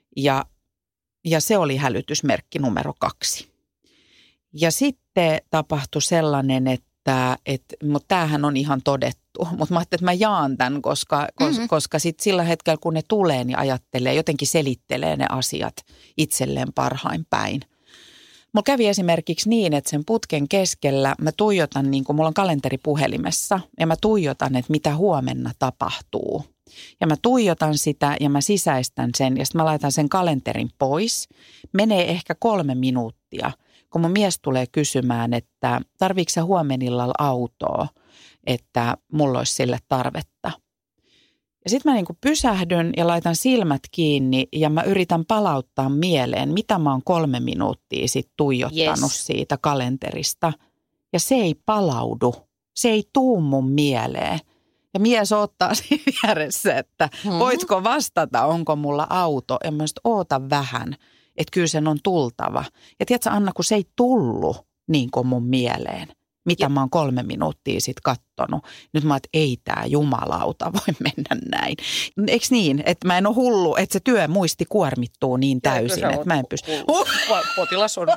ja se oli hälytysmerkki numero 2. Ja sitten tapahtui sellainen, mutta tämähän on ihan todettu, mutta mä ajattelin, että mä jaan tämän, koska sit sillä hetkellä kun ne tulee, niin ajattelee, jotenkin selittelee ne asiat itselleen parhain päin. Mulla kävi esimerkiksi niin, että sen putken keskellä mä tuijotan, niin kuin mulla on kalenteri puhelimessa, ja mä tuijotan, että mitä huomenna tapahtuu. Ja mä tuijotan sitä ja mä sisäistän sen ja sitten mä laitan sen kalenterin pois. Menee ehkä 3 minuuttia, kun mun mies tulee kysymään, että tarviiko sä huomenillalla autoa, että mulla olisi sille tarvetta. Ja sitten mä niin kuin pysähdyn ja laitan silmät kiinni ja mä yritän palauttaa mieleen, mitä mä oon 3 minuuttia sitten tuijottanut siitä kalenterista. Ja se ei palaudu, se ei tuu mun mieleen. Ja mies ottaa siinä vieressä, että voitko vastata, onko mulla auto. Ja mä sitten oota vähän, että kyllä sen on tultava. Ja tiedätkö Anna, kun se ei tullut niin kuin mun mieleen, mitä mä oon 3 minuuttia sitten kattonut. Nyt mä oon, että ei tää jumalauta voi mennä näin. Eikö niin, että mä en ole hullu, että se työmuisti kuormittuu niin täysin, että mä en pysty. Potilas on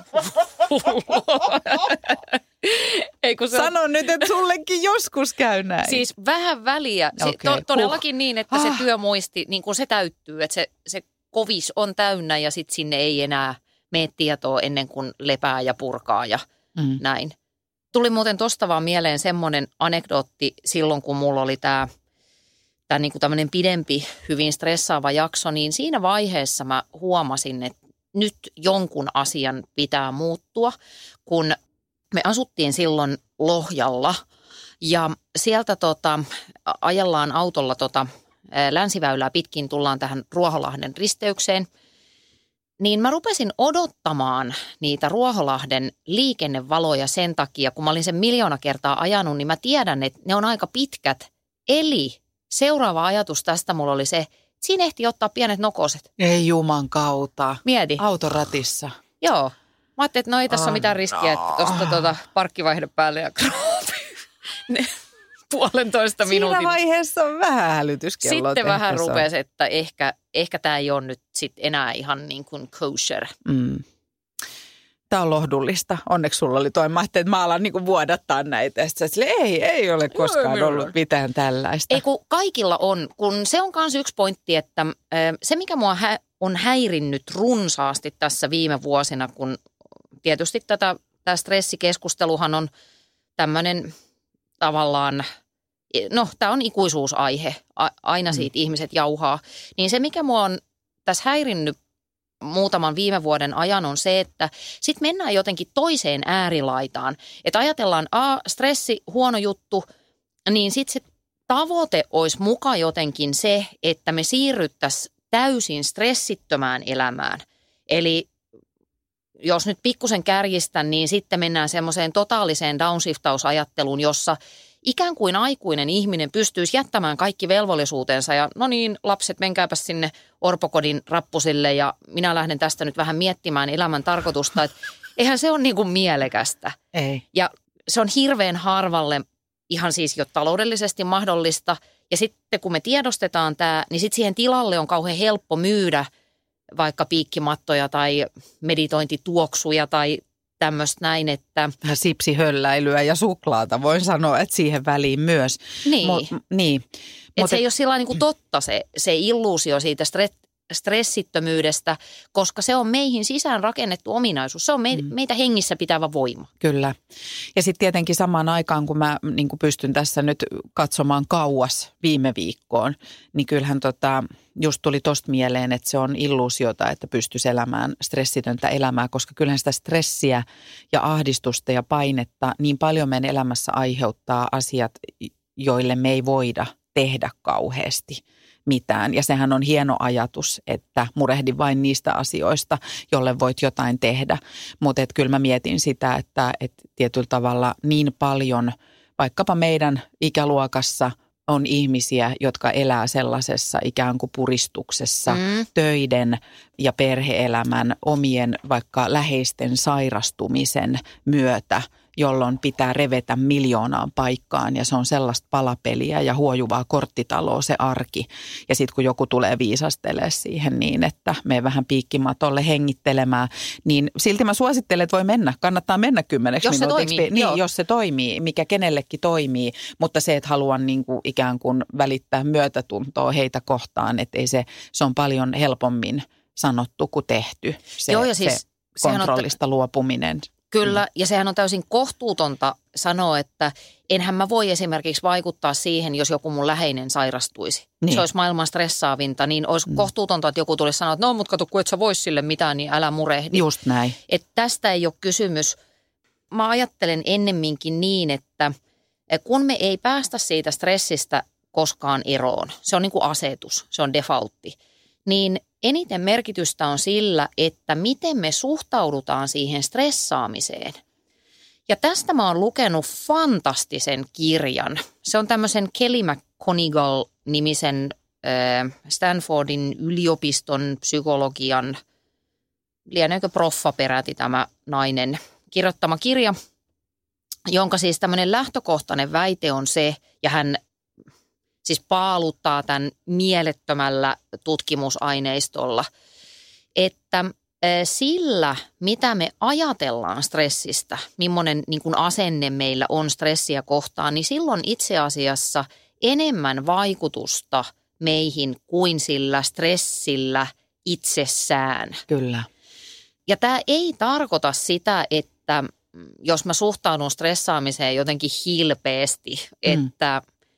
Sano nyt, että sullekin joskus käy näin. Siis vähän väliä. Todellakin niin, että se työmuisti, niin kuin se täyttyy, että se kovis on täynnä ja sitten sinne ei enää mene tietoa ennen kuin lepää ja purkaa ja näin. Tuli muuten tosta vaan mieleen semmoinen anekdootti silloin, kun mulla oli tämä niin kuin tämmöinen pidempi, hyvin stressaava jakso, niin siinä vaiheessa mä huomasin, että nyt jonkun asian pitää muuttua, kun me asuttiin silloin Lohjalla ja sieltä ajellaan autolla länsiväylää pitkin, tullaan tähän Ruoholahden risteykseen. Niin mä rupesin odottamaan niitä Ruoholahden liikennevaloja sen takia, kun mä olin sen 1,000,000 kertaa ajanut, niin mä tiedän, että ne on aika pitkät. Eli seuraava ajatus tästä mulla oli se, että siinä ehti ottaa pienet nokoset. Ei juman kautta. Mieti. Autoratissa. Joo. Mä ajattelin, että no ei tässä ole mitään riskiä, että tuosta parkkivaihde päälle ja 1,5 minuutin. Siinä vaiheessa on vähän hälytyskellot. Sitten vähän rupesi, että ehkä tämä ei ole nyt sit enää ihan niin kuin kosher. Tämä on lohdullista. Onneksi sulla oli toi. Mä ajattelin, että mä alan niin kuin vuodattaa näitä. Ja sitten ei ole koskaan ollut mitään tällaista. Ei kun kaikilla on, kun se on myös yksi pointti, että se mikä mua on häirinnyt runsaasti tässä viime vuosina, kun tietysti tämä stressikeskusteluhan on tämmöinen tavallaan, no tämä on ikuisuusaihe, aina siitä ihmiset jauhaa. Niin se mikä mua on tässä häirinnyt muutaman viime vuoden ajan on se, että sitten mennään jotenkin toiseen äärilaitaan. Että ajatellaan, stressi, huono juttu, niin sitten se tavoite olisi muka jotenkin se, että me siirryttäisiin täysin stressittömään elämään. Eli jos nyt pikkusen kärjistän, niin sitten mennään semmoiseen totaaliseen downshiftausajatteluun, jossa ikään kuin aikuinen ihminen pystyisi jättämään kaikki velvollisuutensa ja no niin, lapset, menkääpäs sinne orpokodin rappusille ja minä lähden tästä nyt vähän miettimään elämän tarkoitusta, että eihän se ole niin kuin mielekästä. Ei. Ja se on hirveän harvalle ihan siis jo taloudellisesti mahdollista ja sitten kun me tiedostetaan tämä, niin sitten siihen tilalle on kauhean helppo myydä vaikka piikkimattoja tai meditointituoksuja tai tämmöistä näin, että sipsihölläilyä ja suklaata, voin sanoa, että siihen väliin myös. Niin. Niin. Että se ei ole sillä niin kuin totta se illuusio siitä stressittömyydestä, koska se on meihin sisään rakennettu ominaisuus. Se on meitä hengissä pitävä voima. Kyllä. Ja sitten tietenkin samaan aikaan, kun mä niin kuin pystyn tässä nyt katsomaan kauas viime viikkoon, niin kyllähän just tuli tosta mieleen, että se on illuusiota, että pystyisi elämään stressitöntä elämää, koska kyllähän sitä stressiä ja ahdistusta ja painetta niin paljon meidän elämässä aiheuttaa asiat, joille me ei voida tehdä kauheasti mitään. Ja sehän on hieno ajatus, että murehdi vain niistä asioista, jolle voit jotain tehdä. Mutta kyllä mä mietin sitä, että tietyllä tavalla niin paljon vaikkapa meidän ikäluokassa on ihmisiä, jotka elää sellaisessa ikään kuin puristuksessa töiden ja perhe-elämän omien vaikka läheisten sairastumisen myötä, jolloin pitää revetä miljoonaan paikkaan ja se on sellaista palapeliä ja huojuvaa korttitaloa se arki. Ja sitten kun joku tulee viisastelee siihen niin, että me vähän piikkimatolle hengittelemään, niin silti mä suosittelen, että voi mennä. Kannattaa mennä 10 minuutiksi. Niin, jos se toimii, mikä kenellekin toimii, mutta se, että haluan niin kuin ikään kuin välittää myötätuntoa heitä kohtaan, että ei se on paljon helpommin sanottu kuin tehty. Se kontrollista luopuminen. Kyllä, ja sehän on täysin kohtuutonta sanoa, että enhän mä voi esimerkiksi vaikuttaa siihen, jos joku mun läheinen sairastuisi. Niin. Se olisi maailman stressaavinta, niin olisi kohtuutonta, että joku tulisi sanoa, että no, mutta kato, kun et sä vois sille mitään, niin älä murehdi. Just näin. Että tästä ei ole kysymys. Mä ajattelen ennemminkin niin, että kun me ei päästä siitä stressistä koskaan eroon, se on niin kuin asetus, se on defaultti, niin eniten merkitystä on sillä, että miten me suhtaudutaan siihen stressaamiseen. Ja tästä mä oon lukenut fantastisen kirjan. Se on tämmöisen Kelly McGonigal-nimisen Stanfordin yliopiston psykologian, lieneekö proffa peräti tämä nainen, kirjoittama kirja, jonka siis tämmöinen lähtökohtainen väite on se, ja hän siis paaluttaa tämän mielettömällä tutkimusaineistolla, että sillä, mitä me ajatellaan stressistä, millainen niin kuin asenne meillä on stressiä kohtaan, niin silloin itse asiassa enemmän vaikutusta meihin kuin sillä stressillä itsessään. Kyllä. Ja tämä ei tarkoita sitä, että jos mä suhtaudun stressaamiseen jotenkin hilpeästi, että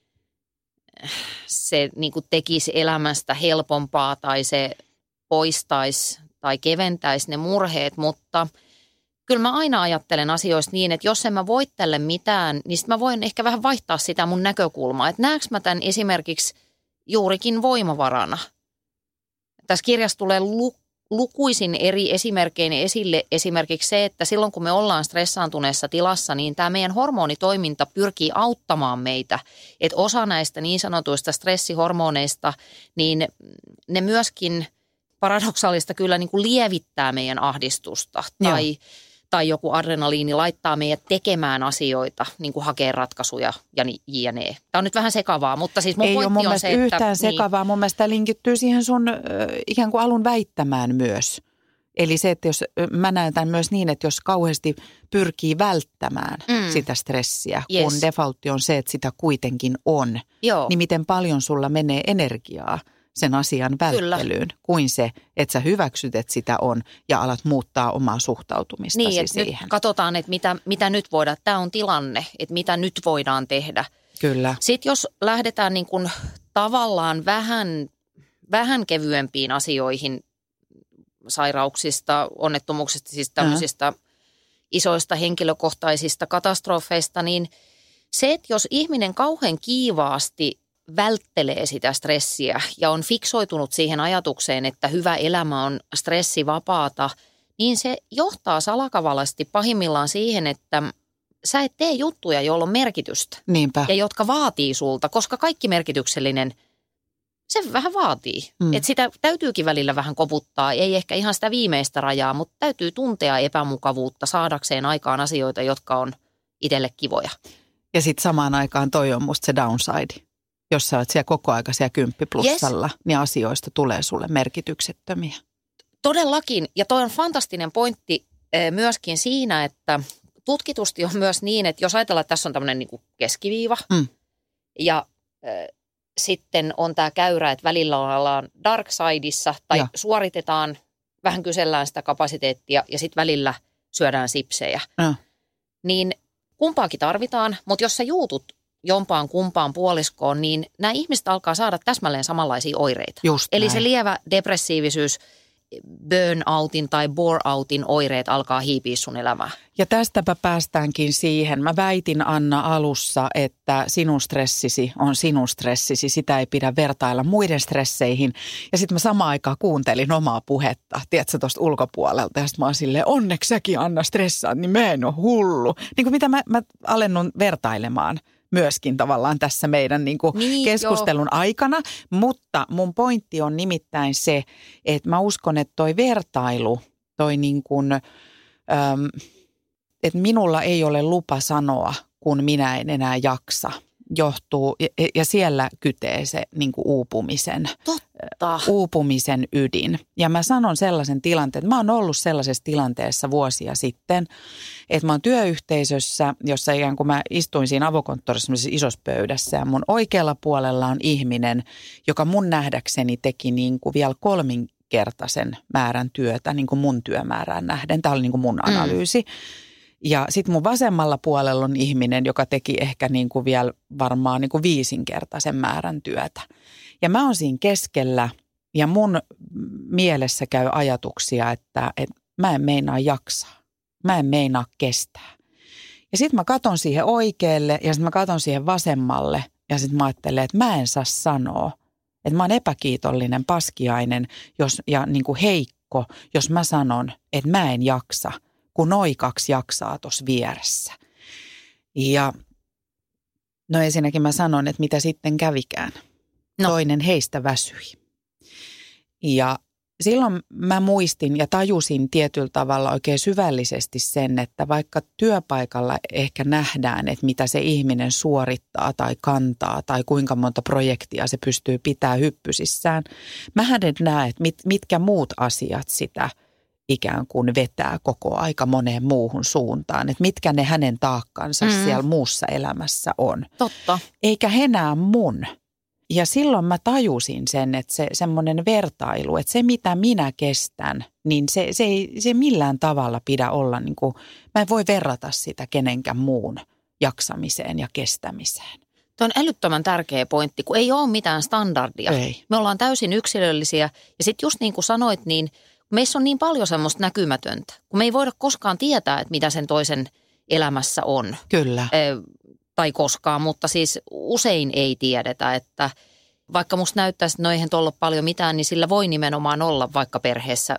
se niin kuin tekisi elämästä helpompaa tai se poistaisi tai keventäisi ne murheet, mutta kyllä mä aina ajattelen asioista niin, että jos en mä voi tälle mitään, niin sitten mä voin ehkä vähän vaihtaa sitä mun näkökulmaa. Että näekö mä tämän esimerkiksi juurikin voimavarana? Tässä kirjassa tulee lukuisin eri esimerkkein esille esimerkiksi se, että silloin kun me ollaan stressaantuneessa tilassa, niin tämä meidän hormonitoiminta pyrkii auttamaan meitä. Että osa näistä niin sanotuista stressihormoneista, niin ne myöskin paradoksaalista kyllä niin kuin lievittää meidän ahdistusta tai joku adrenaliini laittaa meidät tekemään asioita, niin kuin hakee ratkaisuja ja jne. Tämä on nyt vähän sekavaa, mutta siis mun pointti on se, että... Ei ole mun mielestä yhtään sekavaa. Mun mielestä tämä linkittyy siihen sun ikään kuin alun väittämään myös. Eli se, että jos mä näen tämän myös niin, että jos kauheasti pyrkii välttämään sitä stressiä, kun defaultti on se, että sitä kuitenkin on, niin miten paljon sulla menee energiaa sen asian välttelyyn, kuin se, että sä hyväksyt, että sitä on ja alat muuttaa omaa suhtautumistasi niin, siihen. Nyt katsotaan, että mitä nyt voidaan, tämä on tilanne, että mitä nyt voidaan tehdä. Kyllä. Sitten jos lähdetään niin kuin tavallaan vähän kevyempiin asioihin sairauksista, onnettomuuksista, siis tämmöisistä isoista henkilökohtaisista katastrofeista, niin se, että jos ihminen kauhean kiivaasti välttelee sitä stressiä ja on fiksoitunut siihen ajatukseen, että hyvä elämä on stressivapaata, niin se johtaa salakavalasti pahimmillaan siihen, että sä et tee juttuja, joilla on merkitystä. Niinpä. Ja jotka vaatii sulta, koska kaikki merkityksellinen, se vähän vaatii. Että sitä täytyykin välillä vähän koputtaa, ei ehkä ihan sitä viimeistä rajaa, mutta täytyy tuntea epämukavuutta saadakseen aikaan asioita, jotka on itselle kivoja. Ja sitten samaan aikaan toi on musta se downside. Jos sä oot siellä koko aika siellä 10+, niin asioista tulee sulle merkityksettömiä. Todellakin. Ja toi on fantastinen pointti myöskin siinä, että tutkitusti on myös niin, että jos ajatellaan, että tässä on tämmöinen niin kuin keskiviiva ja sitten on tämä käyrä, että välillä ollaan dark sideissa tai suoritetaan, vähän kysellään sitä kapasiteettia ja sitten välillä syödään sipsejä. Niin kumpaakin tarvitaan, mutta jos sä juutut jompaan kumpaan puoliskoon, niin nämä ihmiset alkaa saada täsmälleen samanlaisia oireita. Eli se lievä depressiivisyys, burnoutin tai boreoutin oireet alkaa hiipiä sun elämään. Ja tästäpä päästäänkin siihen. Mä väitin Anna alussa, että sinun stressisi on sinun stressisi. Sitä ei pidä vertailla muiden stresseihin. Ja sitten mä samaan aikaan kuuntelin omaa puhetta, tiedätkö, tuosta ulkopuolelta. Ja sitten mä oon silleen, onneksi säkin Anna stressaat, niin mä en ole hullu. Niin kuin mitä mä alennun vertailemaan myöskin tavallaan tässä meidän niin kuin keskustelun aikana. Mutta mun pointti on nimittäin se, että mä uskon, että toi vertailu, toi niin kuin, että minulla ei ole lupa sanoa, kun minä en enää jaksa, johtuu, ja siellä kytee se niin kuin uupumisen ydin. Ja mä sanon sellaisen tilanteen, että mä oon ollut sellaisessa tilanteessa vuosia sitten, että mä oon työyhteisössä, jossa ikään kuin mä istuin siinä avokonttorissa isossa pöydässä ja mun oikealla puolella on ihminen, joka mun nähdäkseni teki niin kuin vielä 3-kertaisen määrän työtä niin kuin mun työmäärään nähden. Tämä oli niin kuin mun analyysi. Ja sitten mun vasemmalla puolella on ihminen, joka teki ehkä niin kuin vielä varmaan niin kuin 5-kertaisen määrän työtä. Ja mä oon siinä keskellä ja mun mielessä käy ajatuksia, että mä en meinaa jaksaa. Mä en meinaa kestää. Ja sitten mä katon siihen oikealle ja sitten mä katon siihen vasemmalle ja sitten mä ajattelen, että mä en saa sanoa, että mä oon epäkiitollinen, paskiainen ja niin kuin heikko, jos mä sanon, että mä en jaksa, kun noi 2 jaksaa tuossa vieressä. Ja no ensinnäkin mä sanon, että mitä sitten kävikään. Toinen heistä väsyi. Ja silloin mä muistin ja tajusin tietyllä tavalla oikein syvällisesti sen, että vaikka työpaikalla ehkä nähdään, että mitä se ihminen suorittaa tai kantaa tai kuinka monta projektia se pystyy pitämään hyppysissään, mähän en näe, että mitkä muut asiat sitä ikään kuin vetää koko aika moneen muuhun suuntaan, että mitkä ne hänen taakkansa siellä muussa elämässä on. Totta. Eikä enää mun. Ja silloin mä tajusin sen, että se semmoinen vertailu, että se mitä minä kestän, niin se ei millään tavalla pidä olla, niin kuin, mä en voi verrata sitä kenenkään muun jaksamiseen ja kestämiseen. Tuo on älyttömän tärkeä pointti, kun ei ole mitään standardia. Ei. Me ollaan täysin yksilöllisiä ja sitten just niin kuin sanoit, niin meissä on niin paljon semmoista näkymätöntä, kun me ei voida koskaan tietää, että mitä sen toisen elämässä on. Kyllä. Tai koskaan, mutta siis usein ei tiedetä, että vaikka musta näyttäisi, että no eihän tuolla ole paljon mitään, niin sillä voi nimenomaan olla vaikka perheessä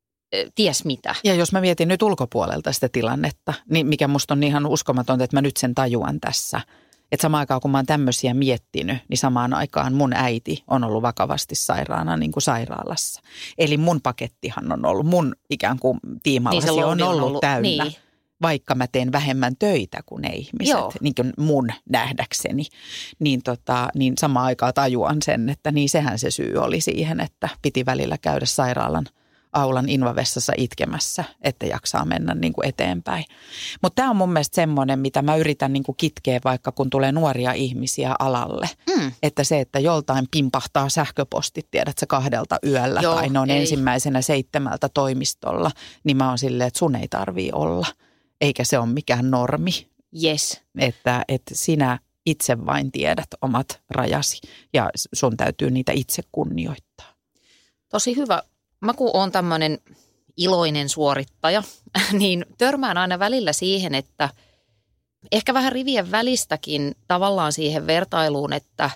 ties mitä. Ja jos mä mietin nyt ulkopuolelta sitä tilannetta, niin mikä musta on ihan uskomatonta, että mä nyt sen tajuan tässä. Että samaan aikaan kun mä oon tämmöisiä miettinyt, niin samaan aikaan mun äiti on ollut vakavasti sairaana niin kuin sairaalassa. Eli mun pakettihan on ollut, mun ikään kuin tiimallasi niin on ollut täynnä. Niin. Vaikka mä teen vähemmän töitä kuin ne ihmiset, niin kuin mun nähdäkseni, niin samaan aikaan tajuan sen, että niin sehän se syy oli siihen, että piti välillä käydä sairaalan aulan invavessassa itkemässä, että jaksaa mennä niin kuin eteenpäin. Mutta tämä on mun mielestä semmoinen, mitä mä yritän niin kuin kitkeä vaikka kun tulee nuoria ihmisiä alalle. Että se, että joltain pimpahtaa sähköpostit, tiedätkö, 2 yöllä tai ne on ensimmäisenä 7 toimistolla, niin mä oon silleen, että sun ei tarvii olla. Eikä se ole mikään normi. Yes. Että sinä itse vain tiedät omat rajasi ja sun täytyy niitä itse kunnioittaa. Tosi hyvä. Mä kun oon tämmöinen iloinen suorittaja, niin törmään aina välillä siihen, että ehkä vähän rivien välistäkin tavallaan siihen vertailuun, että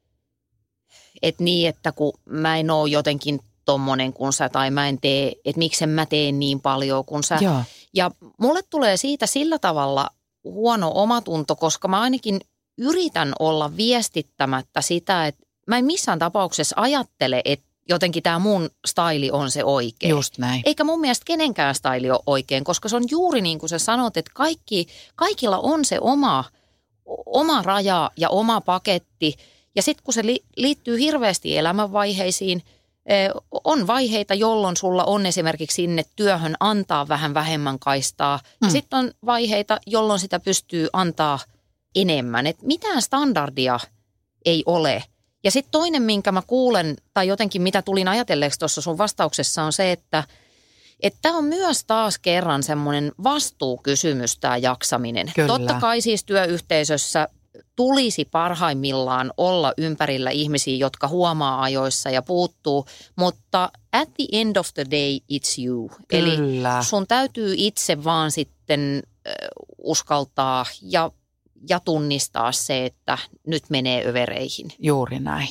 niin, että kun mä en ole jotenkin tommonen kuin sä tai mä en tee, että miksen mä teen niin paljon kuin sä. Joo. Ja mulle tulee siitä sillä tavalla huono omatunto, koska mä ainakin yritän olla viestittämättä sitä, että mä en missään tapauksessa ajattele, että jotenkin tämä mun staili on se oikein. Just näin. Eikä mun mielestä kenenkään staili ole oikein, koska se on juuri niin kuin sä sanot, että kaikilla on se oma raja ja oma paketti. Ja sitten kun se liittyy hirveästi elämänvaiheisiin, on vaiheita, jolloin sulla on esimerkiksi sinne työhön antaa vähän vähemmän kaistaa. Ja sitten on vaiheita, jolloin sitä pystyy antaa enemmän. Et mitään standardia ei ole. Ja sitten toinen, minkä mä kuulen, tai jotenkin mitä tulin ajatelleeksi tuossa sun vastauksessa, on se, että tämä on myös taas kerran semmoinen vastuukysymys tämä jaksaminen. Kyllä. Totta kai siis työyhteisössä tulisi parhaimmillaan olla ympärillä ihmisiä, jotka huomaa ajoissa ja puuttuu, mutta at the end of the day it's you. Kyllä. Eli sun täytyy itse vaan sitten uskaltaa ja tunnistaa se, että nyt menee övereihin. Juuri näin.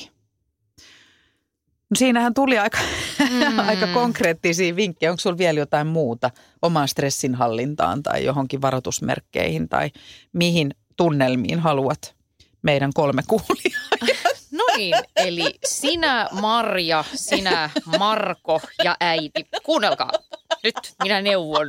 No siinähän tuli aika konkreettisia vinkkejä. Onko sulla vielä jotain muuta omaan stressinhallintaan tai johonkin varoitusmerkkeihin tai mihin tunnelmiin haluat meidän 3 kuulijaa? No niin, eli sinä Marja, sinä Marko ja äiti. Kuunnelkaa, nyt minä neuvon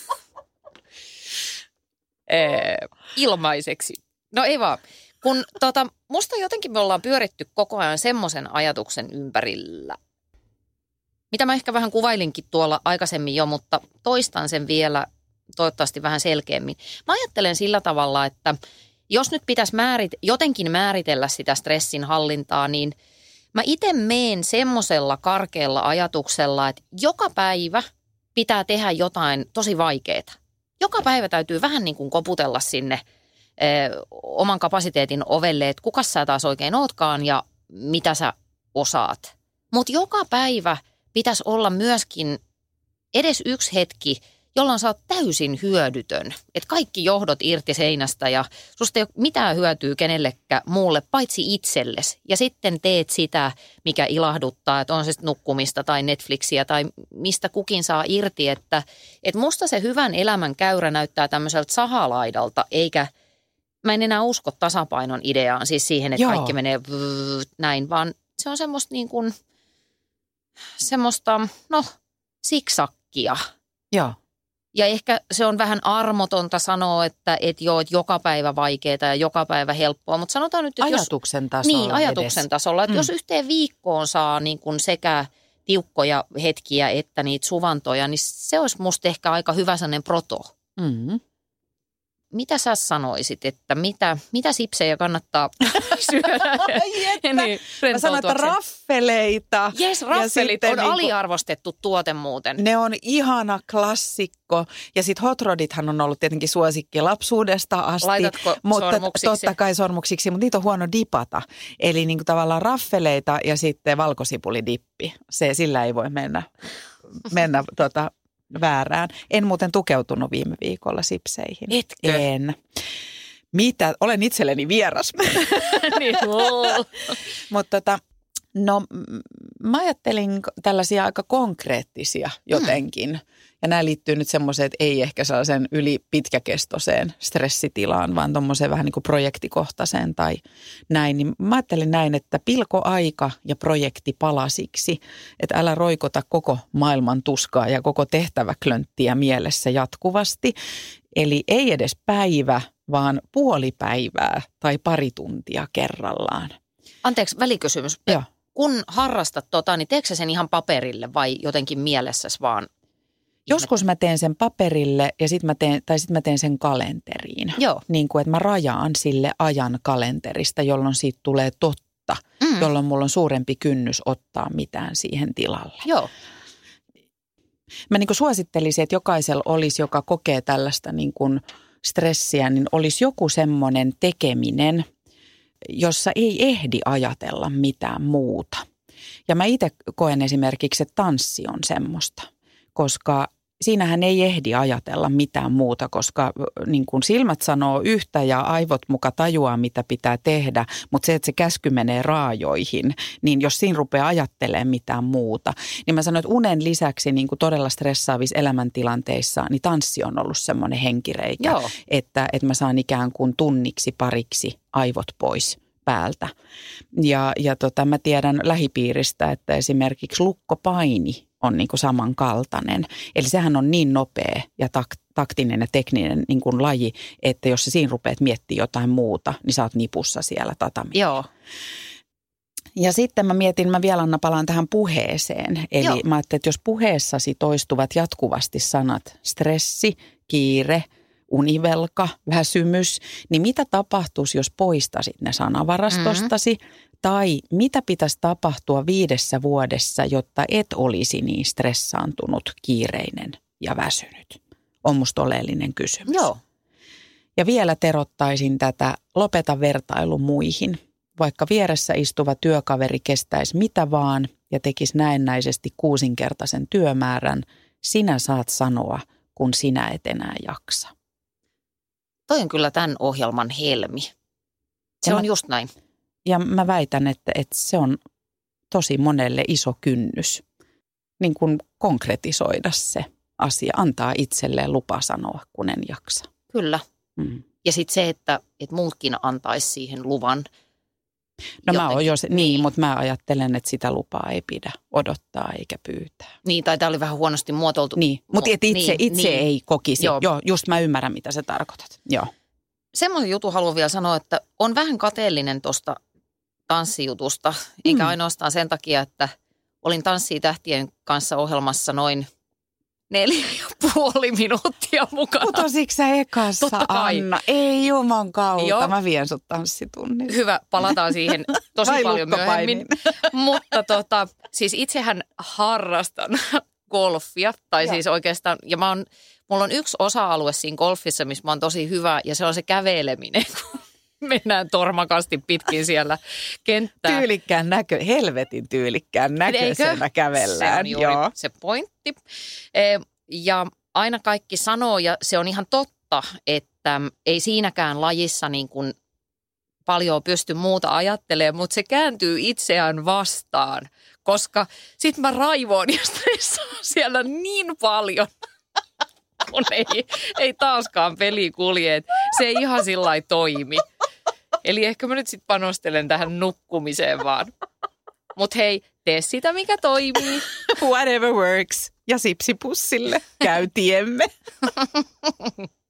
ilmaiseksi. No ei vaan. Kun musta jotenkin me ollaan pyöritty koko ajan semmoisen ajatuksen ympärillä, mitä mä ehkä vähän kuvailinkin tuolla aikaisemmin jo, mutta toistan sen vielä toivottavasti vähän selkeämmin. Mä ajattelen sillä tavalla, että jos nyt pitäisi jotenkin määritellä sitä stressin hallintaa, niin mä itse meen semmoisella karkealla ajatuksella, että joka päivä pitää tehdä jotain tosi vaikeaa. Joka päivä täytyy vähän niin kuin koputella sinne oman kapasiteetin ovelle, että kuka sä taas oikein ootkaan ja mitä sä osaat. Mutta joka päivä pitäisi olla myöskin edes yksi hetki, jolloin sä oot täysin hyödytön. Että kaikki johdot irti seinästä ja susta ei ole mitään hyötyä kenellekään muulle, paitsi itsellesi. Ja sitten teet sitä, mikä ilahduttaa, että on se sitten nukkumista tai Netflixiä tai mistä kukin saa irti. Että musta se hyvän elämän käyrä näyttää tämmöiseltä sahalaidalta, eikä mä en enää usko tasapainon ideaan, siis siihen, että kaikki menee näin, vaan se on semmoista niin kuin, siksakkia. Joo. Ja ehkä se on vähän armotonta sanoa, että joka päivä vaikeaa ja joka päivä helppoa, mutta sanotaan nyt, että ajatuksen tasolla niin, ajatuksen tasolla, että jos yhteen viikkoon saa niin kuin sekä tiukkoja hetkiä että niitä suvantoja, niin se olisi musta ehkä aika hyvä sellainen proto. Mm-hmm. Mitä sä sanoisit, että mitä sipsejä kannattaa syödä? Niin, mä sanon, että raffeleita. Jes, raffelit on aliarvostettu tuote muuten. Ne on ihana klassikko. Ja sitten hot rodithan on ollut tietenkin suosikki lapsuudesta asti. Laitatko mutta sormuksiksi? Totta kai sormuksiksi, mutta niitä on huono dipata. Eli niin kuin tavallaan raffeleita ja sitten valkosipulidippi. Sillä ei voi mennä väärään. En muuten tukeutunut viime viikolla sipseihin. Etkö? En. Mitä? Olen itselleni vieras. Niin. Mutta mä ajattelin tällaisia aika konkreettisia jotenkin. Ja nämä liittyy nyt semmoiseen, että ei ehkä sellaisen yli pitkäkestoiseen stressitilaan, vaan tuommoiseen vähän niin kuin projektikohtaiseen tai näin. Niin mä ajattelin näin, että pilko aika ja projekti palasiksi. Että älä roikota koko maailman tuskaa ja koko tehtäväklönttiä mielessä jatkuvasti. Eli ei edes päivä, vaan puoli päivää tai pari tuntia kerrallaan. Anteeksi, välikysymys. Joo. Kun harrastat niin teekö sä sen ihan paperille vai jotenkin mielessäsi vaan? Joskus mä teen sen paperille ja sit mä teen sen kalenteriin. Joo. Niin kuin, että mä rajaan sille ajan kalenterista, jolloin siitä tulee totta. Jolloin mulla on suurempi kynnys ottaa mitään siihen tilalle. Joo. Mä niin kuin suosittelisin, että jokaisella olisi, joka kokee tällaista niin kuin stressiä, niin olisi joku semmoinen tekeminen, jossa ei ehdi ajatella mitään muuta. Ja mä itse koen esimerkiksi, että tanssi on semmoista, koska siinähän ei ehdi ajatella mitään muuta, koska niin kun silmät sanoo yhtä ja aivot muka tajuaa, mitä pitää tehdä, mutta se, että se käsky menee raajoihin, niin jos siinä rupeaa ajattelemaan mitään muuta, niin mä sanon, että unen lisäksi niin kuin todella stressaavissa elämäntilanteissa, niin tanssi on ollut semmoinen henkireikä, että mä saan ikään kuin tunniksi pariksi aivot pois päältä. Ja mä tiedän lähipiiristä, että esimerkiksi lukkopaini on niin kuin samankaltainen. Eli sehän on niin nopea ja taktinen ja tekninen niin kuin laji, että jos sä siinä rupeat miettimään jotain muuta, niin sä oot nipussa siellä tatamilla. Joo. Ja sitten mä vielä palaan tähän puheeseen. Eli Joo. Mä ajattelin, että jos puheessasi toistuvat jatkuvasti sanat stressi, kiire, univelka, väsymys, niin mitä tapahtuisi, jos poistasit ne sanavarastostasi Tai mitä pitäisi tapahtua 5 vuodessa, jotta et olisi niin stressaantunut, kiireinen ja väsynyt? On musta oleellinen kysymys. Joo. Ja vielä terottaisin tätä, lopeta vertailu muihin. Vaikka vieressä istuva työkaveri kestäisi mitä vaan ja tekisi näennäisesti 6-kertaisen työmäärän, sinä saat sanoa, kun sinä et enää jaksa. Toi on kyllä tämän ohjelman helmi. Se on just näin. Ja mä väitän, että se on tosi monelle iso kynnys niin kuin konkretisoida se asia, antaa itselleen lupa sanoa, kun en jaksa. Kyllä. Ja sitten se, että muutkin antaisi siihen luvan. No mä oon jo niin, mutta mä ajattelen, että sitä lupaa ei pidä odottaa eikä pyytää. Niin, tai tämä oli vähän huonosti muotoiltu. Niin, mutta itse ei kokisi. Joo. Joo, just mä ymmärrän, mitä sä tarkoitat. Joo. Semmoinen juttu haluan vielä sanoa, että on vähän kateellinen tuosta tanssijutusta, eikä ainoastaan sen takia, että olin Tanssii tähtien kanssa ohjelmassa noin 4,5 minuuttia mukana. Putositko sä ekassa, Totta kai. Anna? Ei juman kautta, Joo. mä vien sut tanssitunnille. Hyvä, palataan siihen tosi paljon myöhemmin. Mutta siis itsehän harrastan golfia, tai siis oikeastaan, ja mulla on yksi osa-alue siinä golfissa, missä mä oon tosi hyvä, ja se on se käveleminen, kun mennään tormakasti pitkin siellä kenttää. Helvetin tyylikkään näköisenä kävellään. Se on juuri se pointti. Ja aina kaikki sanoo, ja se on ihan totta, että ei siinäkään lajissa niin kuin paljon pysty muuta ajattelemaan, mutta se kääntyy itseään vastaan, koska sit mä raivoon ja stressaan siellä niin paljon, kun ei taaskaan peli kulje. Se ei ihan sillä lailla toimi. Eli ehkä mä nyt sit panostelen tähän nukkumiseen vaan. Mut hei, tee sitä mikä toimii. Whatever works. Ja sipsipussille käy tiemme.